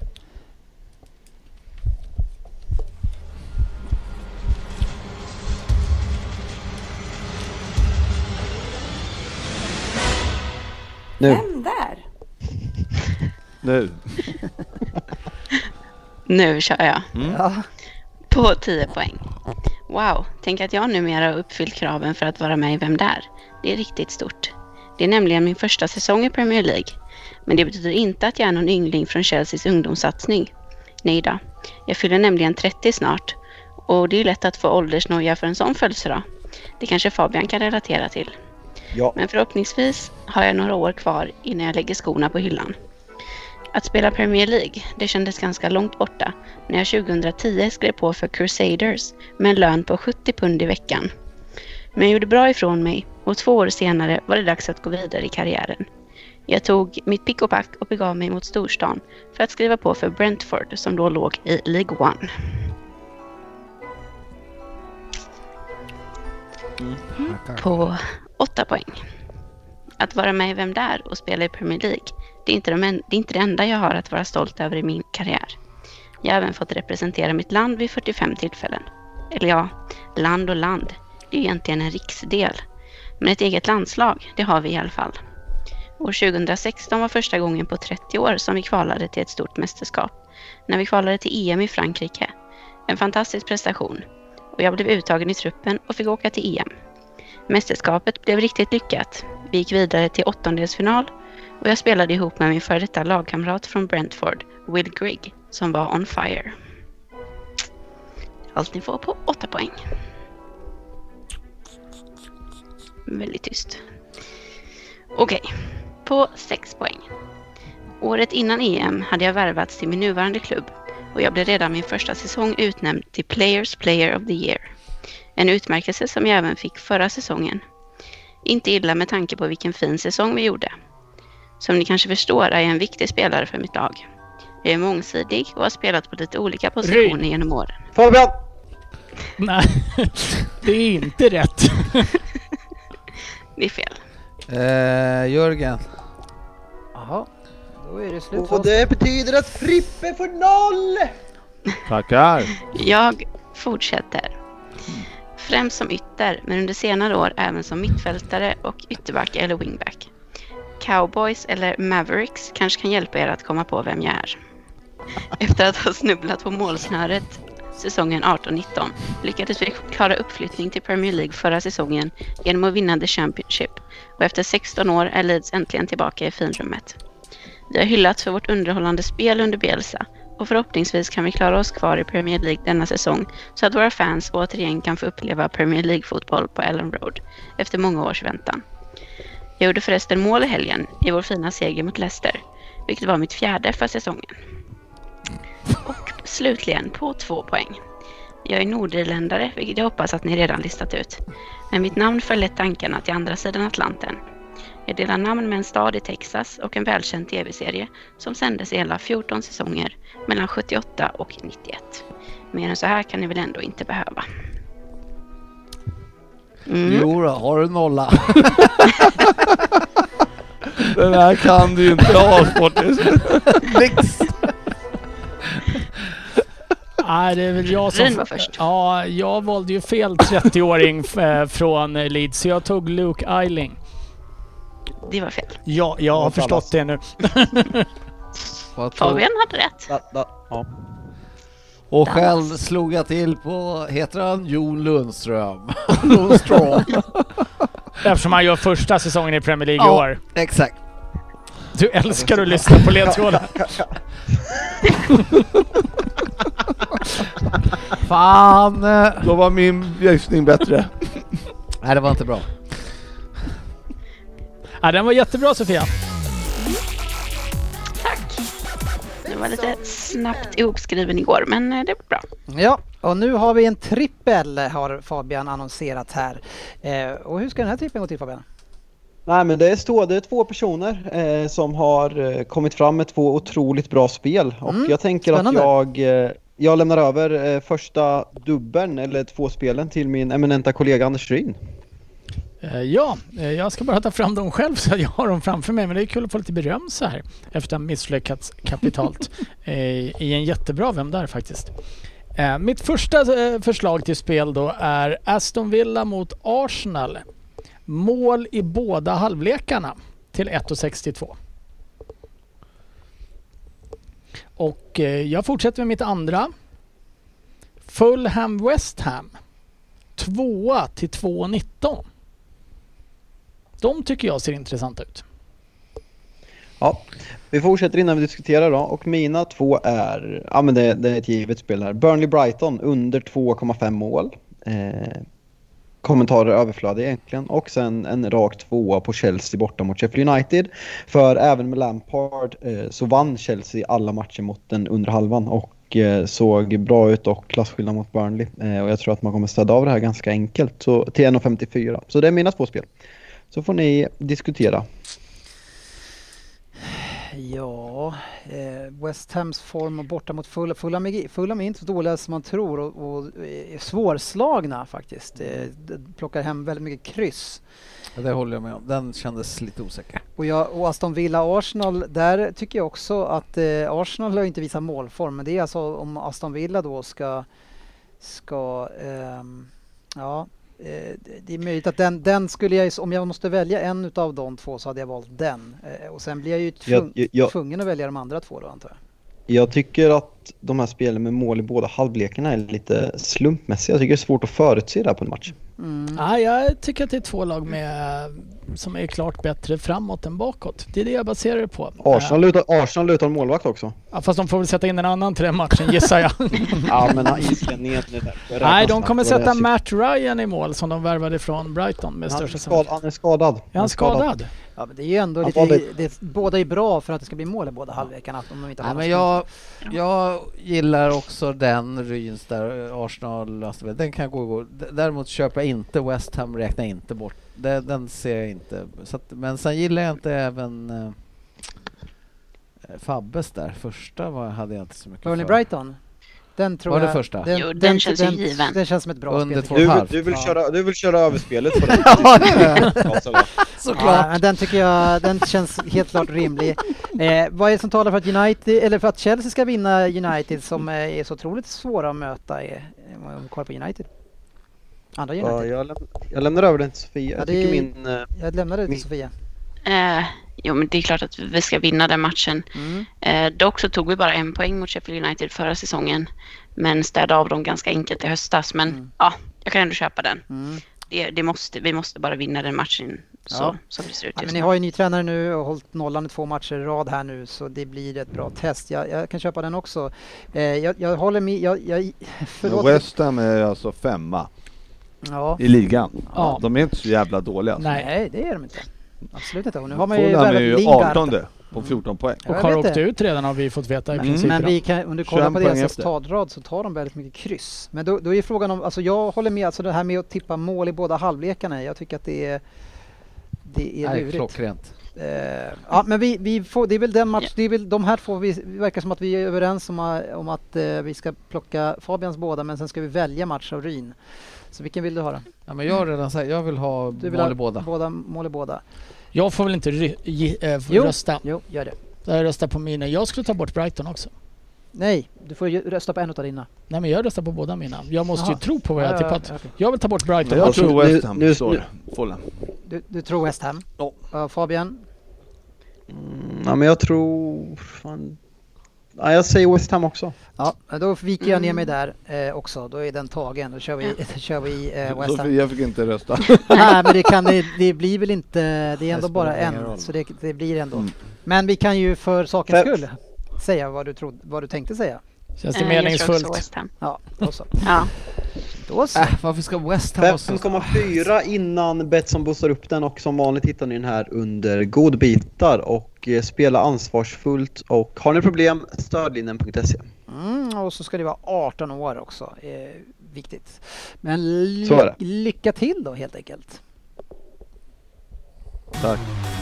Nu. Vem där? Nu. Nu kör jag. Ja. På tio poäng. Wow, tänk att jag numera har uppfyllt kraven för att vara med i Vem där? Det är riktigt stort. Det är nämligen min första säsong i Premier League. Men det betyder inte att jag är någon yngling från Chelseas ungdomssatsning. Nej då. Jag fyller nämligen trettio snart. Och det är lätt att få åldersnoja för en sån födelsedag. Det kanske Fabian kan relatera till. Ja. Men förhoppningsvis har jag några år kvar innan jag lägger skorna på hyllan. Att spela Premier League, det kändes ganska långt borta när jag tjugohundratio skrev på för Crusaders med en lön på sjuttio pund i veckan. Men jag gjorde bra ifrån mig och två år senare var det dags att gå vidare i karriären. Jag tog mitt pick och pack och begav mig mot storstan för att skriva på för Brentford som då låg i League One. Mm. På åtta poäng. Att vara med i Vem där och spela i Premier League, det är, inte de en, det är inte det enda jag har att vara stolt över i min karriär. Jag har även fått representera mitt land vid fyrtiofem tillfällen. Eller ja, land och land, det är egentligen en riksdel. Men ett eget landslag, det har vi i alla fall. År tjugohundrasexton var första gången på trettio år som vi kvalade till ett stort mästerskap. När vi kvalade till E M i Frankrike. En fantastisk prestation. Och jag blev uttagen i truppen och fick åka till E M. Mästerskapet blev riktigt lyckat. Vi gick vidare till åttondelsfinal och jag spelade ihop med min före detta lagkamrat från Brentford, Will Grigg, som var on fire. Allt ni får på åtta poäng. Väldigt tyst. Okej, okay. På sex poäng. Året innan E M hade jag värvats till min nuvarande klubb och jag blev redan min första säsong utnämnd till Players Player of the Year. En utmärkelse som jag även fick förra säsongen. Inte illa med tanke på vilken fin säsong vi gjorde. Som ni kanske förstår är jag en viktig spelare för mitt lag. Jag är mångsidig och har spelat på lite olika positioner Ryn. genom åren. Fabian! Nej, det är inte rätt. Det är fel. Eh, Jörgen. Jaha, då är det slut. Och det betyder att Frippe får noll! Tackar. Jag fortsätter. Främst som ytter, men under senare år även som mittfältare och ytterback eller wingback. Cowboys eller Mavericks kanske kan hjälpa er att komma på vem jag är. Efter att ha snubblat på målsnöret säsongen arton nitton lyckades vi klara uppflyttning till Premier League förra säsongen genom att vinna The Championship, och efter sexton år är Leeds äntligen tillbaka i finrummet. Vi har hyllats för vårt underhållande spel under Bielsa och förhoppningsvis kan vi klara oss kvar i Premier League denna säsong så att våra fans återigen kan få uppleva Premier League-fotboll på Ellen Road efter många års väntan. Jag gjorde förresten mål i helgen i vår fina seger mot Leicester, vilket var mitt fjärde för säsongen. Och slutligen på två poäng. Jag är nordirländare, vilket jag hoppas att ni redan listat ut. Men mitt namn för lätt tankarna till andra sidan Atlanten. Jag delar namn med en stad i Texas och en välkänd tv-serie som sändes i hela fjorton säsonger mellan sjuttioåtta och nittioett. Mer än så här kan ni väl ändå inte behöva. Mm. Jo då, har du nolla? Den här kan du ju inte ha, Sportis. Nej, det är väl jag som... var först. Ja, jag valde ju fel trettio-åring f- från Leeds, så jag tog Luke Ayling. Det var fel. Ja, jag har förstått det nu. Fabian hade rätt. Da, da, ja. Och själv slog jag till på, heter han Jon Lundström? Lundström. Eftersom han gör första säsongen i Premier League Ja, i år. Exakt. Du älskar att lyssna på ledtrådar. Fan. Då var min gissning bättre. Nej, det var inte bra. Ja, den var jättebra, Sofia. Tack. Det var lite snabbt ihopskriven igår, men det var bra. Ja, och nu har vi en trippel, har Fabian annonserat här. Eh, och hur ska den här trippeln gå till, Fabian? Nej, men det står det är två personer eh, som har eh, kommit fram med två otroligt bra spel. Och Mm, jag tänker spännande. att jag, eh, jag lämnar över eh, första dubbeln eller två spelen till min eminenta kollega Anders Ryn. Eh, ja, eh, jag ska bara ta fram dem själv så att jag har dem framför mig. Men det är kul att få lite beröm så här efter att ha misslyckats kapitalt eh, i en jättebra Vem där faktiskt. Eh, mitt första eh, förslag till spel då är Aston Villa mot Arsenal. Mål i båda halvlekarna till ett komma sextiotvå. Och eh, jag fortsätter med mitt andra. Fulham West Ham. Tvåa till två komma nitton. De tycker jag ser intressanta ut. Ja, vi fortsätter innan vi diskuterar då. Och mina två är, ja men det, det är ett givet spel här. Burnley Brighton under två komma fem mål. Eh, kommentarer överflödiga egentligen. Och sen en rak tvåa på Chelsea borta mot Sheffield United. För även med Lampard eh, så vann Chelsea alla matcher mot den under halvan. Och och eh, såg bra ut och klassskillnad mot Burnley. Eh, och jag tror att man kommer städa av det här ganska enkelt så, till en komma femtiofyra. Så det är mina två spel. Så får ni diskutera. Ja, eh, West Hams form borta mot Fulham. Fulham är, Fulham är inte så dåliga som man tror och, och är svårslagna faktiskt. Eh, plockar hem väldigt mycket kryss. Ja, det håller jag med om. Den kändes lite osäker. Och, jag, och Aston Villa Arsenal, där tycker jag också att eh, Arsenal har inte visat målform. Men det är alltså om Aston Villa då ska, ska ehm, ja, eh, det är möjligt att den, den skulle jag, om jag måste välja en utav de två så hade jag valt den. Eh, och sen blir jag ju tvung, jag, jag, tvungen att välja de andra två då, antar jag. Jag tycker att de här spelen med mål i båda halvlekarna är lite slumpmässiga. Jag tycker det är svårt att förutse det här på en match. Mm. Ja, jag tycker att det är två lag med, som är klart bättre framåt än bakåt. Det är det jag baserar det på. Arsenal lutar, Arsenal lutar målvakt också. Ja, fast de får väl sätta in en annan till den matchen, gissar jag. Ja, men isländningen där. Nej, de kommer sätta Matt Ryan i mål som de värvade från Brighton med största skad, Han är skadad. Är han skadad? Ja, men det är ju ändå lite, det, det, båda är bra för att det ska bli mål i båda halvlekarna. Om de inte Nej, men jag, jag gillar också den Ryns där, Arsenal, alltså, den kan gå, gå. Däremot köper jag inte West Ham, räknar inte bort. Den, den ser jag inte. Så att, men sen gillar jag inte även äh, Fabbes där. Första var, hade jag inte så mycket Burnley Brighton. Den tror var det jag, första? Den, jo, den, den känns den, ju given. Den känns som ett bra under spel. Du, vill, du, vill köra, du vill köra överspelet på den. Såklart. Ja, den tycker jag, den känns helt klart rimlig. Eh, vad är det som talar för att United, eller för att Chelsea ska vinna United som eh, är så otroligt svåra att möta är, om kvar på United? Andra United. Ja, jag, läm- jag lämnar över den till Sofia. Ja, det, jag, min, uh, jag lämnar det till min, Sofia. Eh, jo, men det är klart att vi ska vinna den matchen. Mm. Eh, dock så tog vi bara en poäng mot Sheffield United förra säsongen. Men städde av dem ganska enkelt i höstas. Men mm. ja, jag kan ändå köpa den. Mm. Det, det måste, vi måste bara vinna den matchen så, ja. som det ser ut ja, just men ni har ju ny tränare nu och hållit nollan i två matcher i rad här nu. Så det blir ett bra test. Jag, jag kan köpa den också. Eh, jag, jag håller med. Jag, jag, West Ham är alltså femma. Ja. I ligan. Ja. De är inte så jävla dåliga. Alltså. Nej, det är de inte. Absolut inte. Och nu har man ju är ju artonde på fjorton poäng. Och har åkt ut redan har vi fått veta i men, princip. Men vi kan, om du kollar på deras resultatrad så tar de väldigt mycket kryss. Men då, då är frågan om, alltså jag håller med, alltså det här med att tippa mål i båda halvlekarna, jag tycker att det är det är lurigt. Klockrent. Uh, ja, men vi, vi får, det är väl den match, det är väl de här två, vi verkar som att vi är överens om, om att uh, vi ska plocka Fabians båda, men sen ska vi välja match av Ryn. Så vilken vill du ha då? Ja, men jag har redan sagt, jag vill ha du vill mål ha i båda. båda. Mål i båda. Jag får väl inte ry- ge, äh, jo, rösta. Jo, gör det. Jag röstar på mina. Jag skulle ta bort Brighton också. Nej, du får ju rösta på en av dina. Nej, men jag röstar på båda mina. Jag måste Aha. ju tro på vad ja, jag har tippat. Ja, okay. Jag vill ta bort Brighton. Jag tror West Ham. Nu, nu, nu. Du, du tror West Ham? Ja. Uh, Fabian? Mm, ja, men jag tror... Fan. Ja, jag säger West Ham också. Ja, då viker jag ner mig där eh, också. Då är den tagen. Då kör vi, kör vi eh, West Ham. Jag fick inte rösta. Nej, men det, kan, det, det blir väl inte... Det är ändå bara en. Så det, det blir ändå. Mm. Men vi kan ju för sakens skull säga vad du, trodde, vad du tänkte säga. Känns det meningsfullt? Ja, då så. Ja. Då så. Äh, varför ska West Ham fem komma fyra innan Betsson boostar upp den, och som vanligt hittar ni den här under godbitar och eh, spela ansvarsfullt, och har ni problem stödlinjen punkt se. Mm, och så ska det vara arton år också. Eh, viktigt. Men ly- lycka till då helt enkelt. Tack.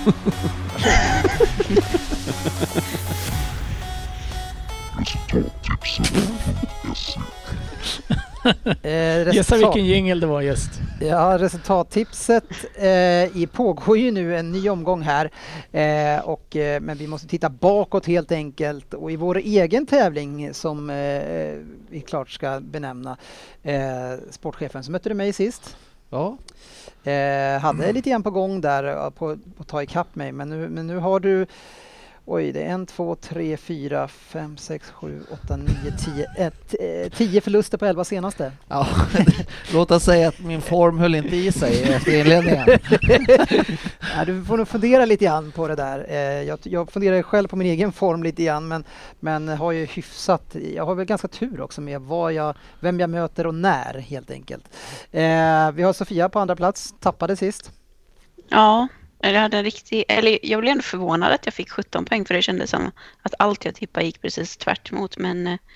eh, Gissa vilken jingle det var just. Ja, resultattipset eh, i pågår ju nu en ny omgång här eh, och, eh, men vi måste titta bakåt helt enkelt, och i vår egen tävling som eh, vi klart ska benämna eh, sportchefen som mötte du mig sist. Ja. Eh, hade mm. lite grann på gång där på, på att ta ikapp mig, men nu, men nu har du oj, det är en, två, tre, fyra, fem, sex, sju, åtta, nio, tio, ett, eh, tio förluster på elva senaste. Ja, låt oss säga att min form höll inte i sig efter inledningen. Ja, du får nog fundera lite grann på det där. Eh, jag, jag funderar själv på min egen form lite grann, men, men har ju hyfsat, jag har väl ganska tur också med vad jag, vem jag möter och när helt enkelt. Eh, vi har Sofia på andra plats, tappade sist. Ja. Jag hade en riktig, eller jag blev ändå förvånad att jag fick sjutton poäng, för det kändes som att allt jag tippade gick precis tvärt emot, men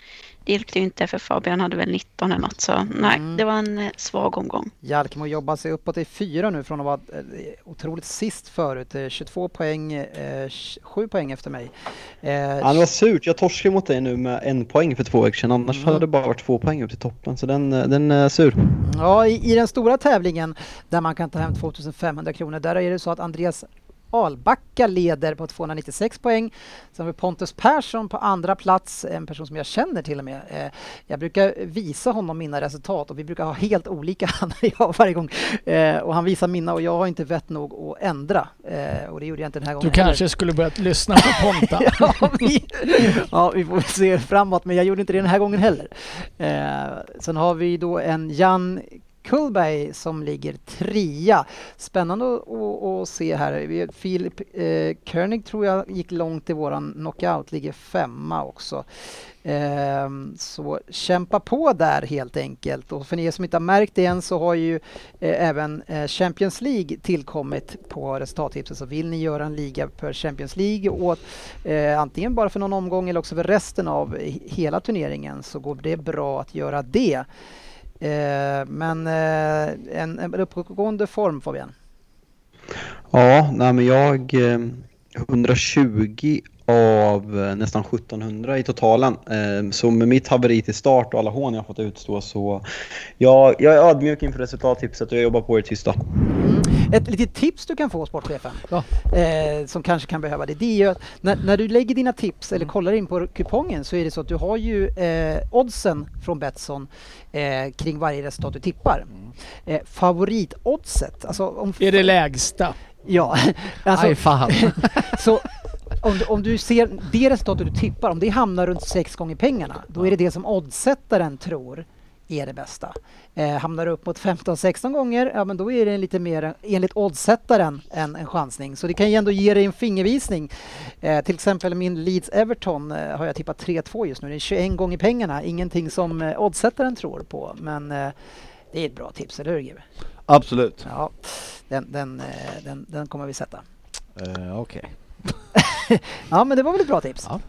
det hjälpte ju inte för Fabian hade väl nitton eller något. Så nej, Mm. det var en eh, svag omgång. Jalkemo jobbar sig uppåt i fyra nu från att vara eh, otroligt sist förut. Eh, tjugotvå poäng, eh, sju poäng efter mig. Eh, Ja, det var surt. Jag torskade mot dig nu med en poäng för två veckor sedan. Annars Mm. hade det bara varit två poäng upp till toppen. Så den, den är sur. Ja, i, i den stora tävlingen där man kan ta hem tvåtusenfemhundra kronor, där är det så att Andreas Albacka leder på tvåhundranittiosex poäng. Sen har vi Pontus Persson på andra plats, en person som jag känner till och med. Eh, jag brukar visa honom mina resultat och vi brukar ha helt olika han och jag varje gång. Eh, och han visar mina och jag har inte vett nog att ändra. Eh, och det gjorde jag inte den här gången. Du kanske skulle börjat lyssna på Ponta. ja, vi, ja, vi får se framåt, men jag gjorde inte det den här gången heller. Eh, sen har vi då en Jan Kullberg som ligger trea. Spännande att, att, att se här. Filip eh, König tror jag gick långt i våran knockout, ligger femma också. Eh, så kämpa på där helt enkelt. Och för er som inte har märkt det än så har ju eh, även eh, Champions League tillkommit på resultattipset. Så vill ni göra en liga för Champions League och eh, antingen bara för någon omgång eller också för resten av hela turneringen, så går det bra att göra det. Eh, men eh, en, en uppgående form, Fabian. Ja, nej men jag eh, etthundratjugo av eh, nästan sjuttonhundra i totalen. Eh, så med mitt haveri till start och alla hån jag fått utstå, så jag, jag är ödmjuk inför resultattipset och jag jobbar på er tysta. Mm. Ett litet tips du kan få, sportchefen, Ja. eh, som kanske kan behöva det, det är ju att när, när du lägger dina tips eller kollar in på kupongen, så är det så att du har ju eh, oddsen från Betsson eh, kring varje resultat du tippar. Eh, favoritoddset, alltså om Är det lägsta? ja, alltså, Aj fan. så om du, om du ser det resultatet du tippar, om det hamnar runt sex gånger pengarna, då är det det som oddsättaren tror är det bästa. Eh, hamnar du upp mot femton sexton gånger, ja men då är det lite mer enligt oddsättaren än en chansning. Så det kan ju ändå ge dig en fingervisning. Eh, till exempel min Leeds Everton eh, har jag tippat tre två just nu. Det är tjugoen gånger pengarna, ingenting som eh, oddsättaren tror på. Men eh, det är ett bra tips, eller hur G W? Absolut. Ja, den, den, eh, den, den kommer vi sätta. Uh, Okej. Okay. Ja, men det var väl ett bra tips. Ja.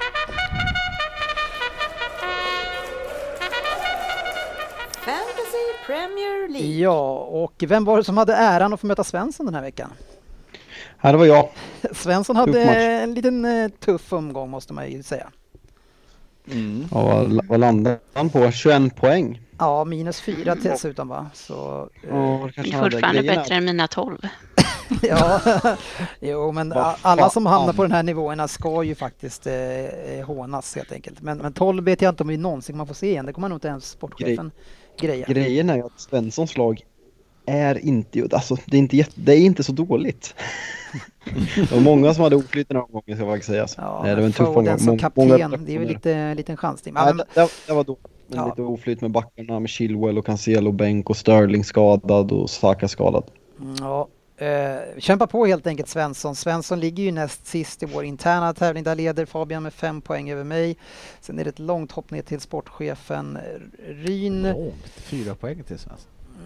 Fantasy Premier League. Ja, och vem var det som hade äran att få möta Svensson den här veckan? Här, det var jag. Svensson Tuff hade match. en liten uh, tuff omgång, måste man ju säga. Mm. Ja, vad, vad landade han på? tjugoen poäng. Ja, minus fyra dessutom va? Så, uh, Ja, det kanske Det är hade fortfarande grejerna. bättre än mina tolv. ja, jo men Vad a- alla som fan. hamnar på den här nivåerna ska ju faktiskt eh, hånas helt enkelt. Men, men tolv vet jag inte om vi någonsin man får se igen. Det kommer nog inte ens sportchefen greja. Grejen är ju att Svenssons lag är inte, alltså det är inte, jätte, det är inte så dåligt. Det var många som hade oflyt den här omgången, ska jag faktiskt säga. Ja, Nej, det var en tuff Foden omgång. som Många- kapten, många- det är väl lite en liten chansning. Ja, Men, det, det, det var då. Men Ja. lite oflyt med backarna, med Chilwell och Cancelo, Benk och Sterling skadad och Saka skadad. mm, ja, eh, kämpa på helt enkelt Svensson. Svensson ligger ju näst sist i vår interna tävling. Där leder Fabian med fem poäng över mig. Sen är det ett långt hopp ner till sportchefen Ryn. Långt. Fyra poäng till Svensson.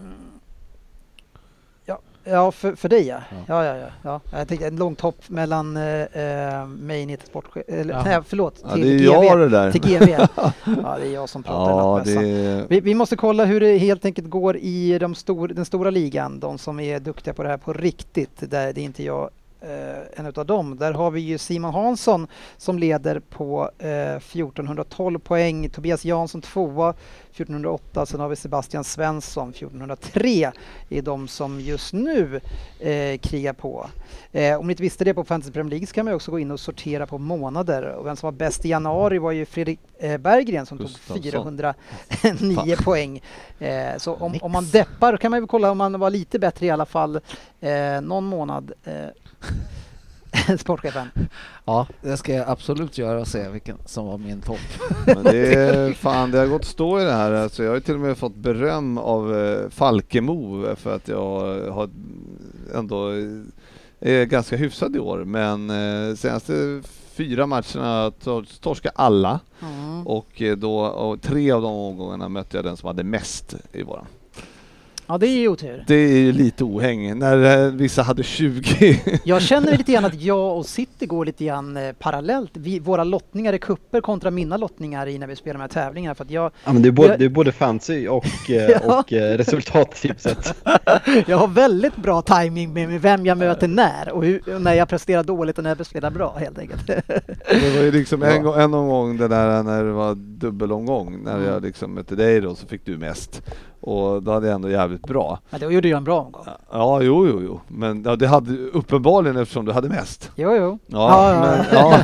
Ja, för, för dig ja. Ja. Ja, ja, ja. ja. Jag tänkte ett långt hopp mellan eh, mig ner till sportchefen. Eller Jaha. nej, förlåt. Ja, Till det är G jag V. det där. Till G V. Ja, det är jag som pratar i Ja, nattmössan. det... Vi, vi måste kolla hur det helt enkelt går i de stor, den stora ligan. De som är duktiga på det här på riktigt. Där det är inte jag eh, en utav dem. Där har vi ju Simon Hansson som leder på eh, fjortonhundratolv poäng. Tobias Jansson tvåa, fjortonhundraåtta. Sen har vi Sebastian Svensson, fjortonhundratre. är de som just nu eh, krigar på. Eh, om ni inte visste det på Fantasy Premier League så kan man ju också gå in och sortera på månader. Och vem som var bäst i januari var ju Fredrik eh, Berggren som Gustafsson. tog fyrahundranio poäng. Eh, så om, om man deppar kan man ju kolla om man var lite bättre i alla fall eh, någon månad. Eh, sportchefen. Ja, det ska jag absolut göra och se vilken som var min topp. Men det är fan, det har gått stå i det här. Alltså, jag har ju till och med fått beröm av eh, Falkemo för att jag har ändå är ganska hyfsad i år. Men eh, senaste fyra matcherna tor- torskade alla. Mm. Och eh, då och tre av de omgångarna mötte jag den som hade mest i våran. Ja, det är ju otur. Det är ju lite ohäng när eh, vissa hade tjugo. Jag känner lite grann att jag och City går lite grann eh, parallellt. Vi, våra lottningar i kupper kontra mina lottningar i när vi spelar med tävlingar. För att jag, Ja, men det är både, jag, det är både fancy och, eh, Ja. och eh, resultattipset. jag har väldigt bra timing med, med vem jag möter när och, hur, och när jag presterar dåligt och när jag presterar bra helt enkelt. Det var ju liksom en, gång, en omgång det där när det var dubbelomgång. När jag liksom mötte dig då så fick du mest. Och då hade jag ändå jävligt bra. Men då gjorde jag en bra omgång. Ja, jo, jo, jo. Men ja, det hade uppenbarligen eftersom du hade mest. Jo, jo. Ja, Ja, men, ja.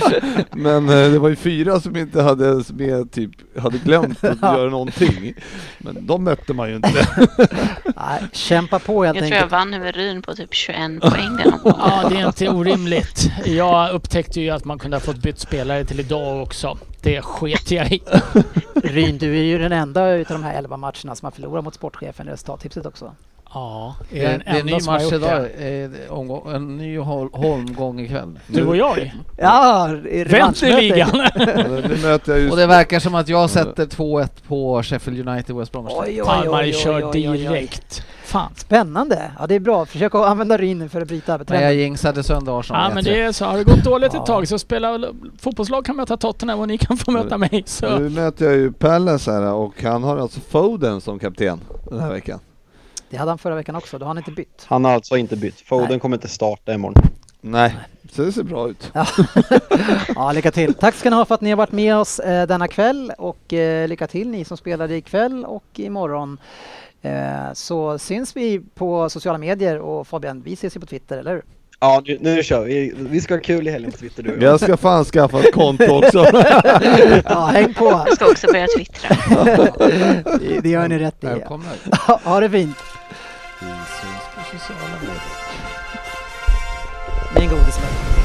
men eh, det var ju fyra som inte hade, som jag typ hade glömt att göra någonting. Men de mötte man ju inte. Nej, kämpa på helt Jag tror enkelt. jag vann över Ryn på typ tjugoen poäng den omgången. Ja, det är inte orimligt. Jag upptäckte ju att man kunde ha fått bytt spelare till idag också. Det sket jag i. Ryn, du är ju den enda utav de här elva matcherna som har förlorat mot sportchefen i resultattipset också. Ja, Det är är, den det är en enda ny som har match gjort idag, det. eh, omgång, en ny hol- holmgång ikväll. Du och jag. Ja, Vänt i ligan. Nu möter jag just Och det verkar som att jag sätter två ett på Sheffield United West Bromwich. Oj, oj, Palmar oj, oj, kör oj, oj, oj. direkt. Fan. Spännande. Ja, det är bra. Försök att använda Ryn nu för att bryta Men jag trenden. jinxade sönder Arsenal. Ja, men det är så. Har det gått dåligt Ja. ett tag så spela fotbollslag kan möta Tottenham och ni kan få möta mig. Så. Nu möter jag ju Palace här och han har alltså Foden som kapten den här veckan. Det hade han förra veckan också. Då har han inte bytt. Han har alltså inte bytt. Foden Nej. kommer inte starta imorgon. Nej, så det ser bra ut. Ja. Ja, lycka till. Tack ska ni ha för att ni har varit med oss eh, denna kväll och eh, lycka till ni som spelade ikväll och imorgon. Eh, så syns vi på sociala medier och Fabian, vi ses ju på Twitter, eller hur? Ja, nu, nu kör vi. Vi ska ha kul i helgen på Twitter du och jag. Jag ska fan skaffa ett konto också. Ja, häng på. Jag ska också börja twittra. Det, det gör ni rätt i. Välkomna. Ha det fint. Vi syns på sociala medier. Med en godismöte.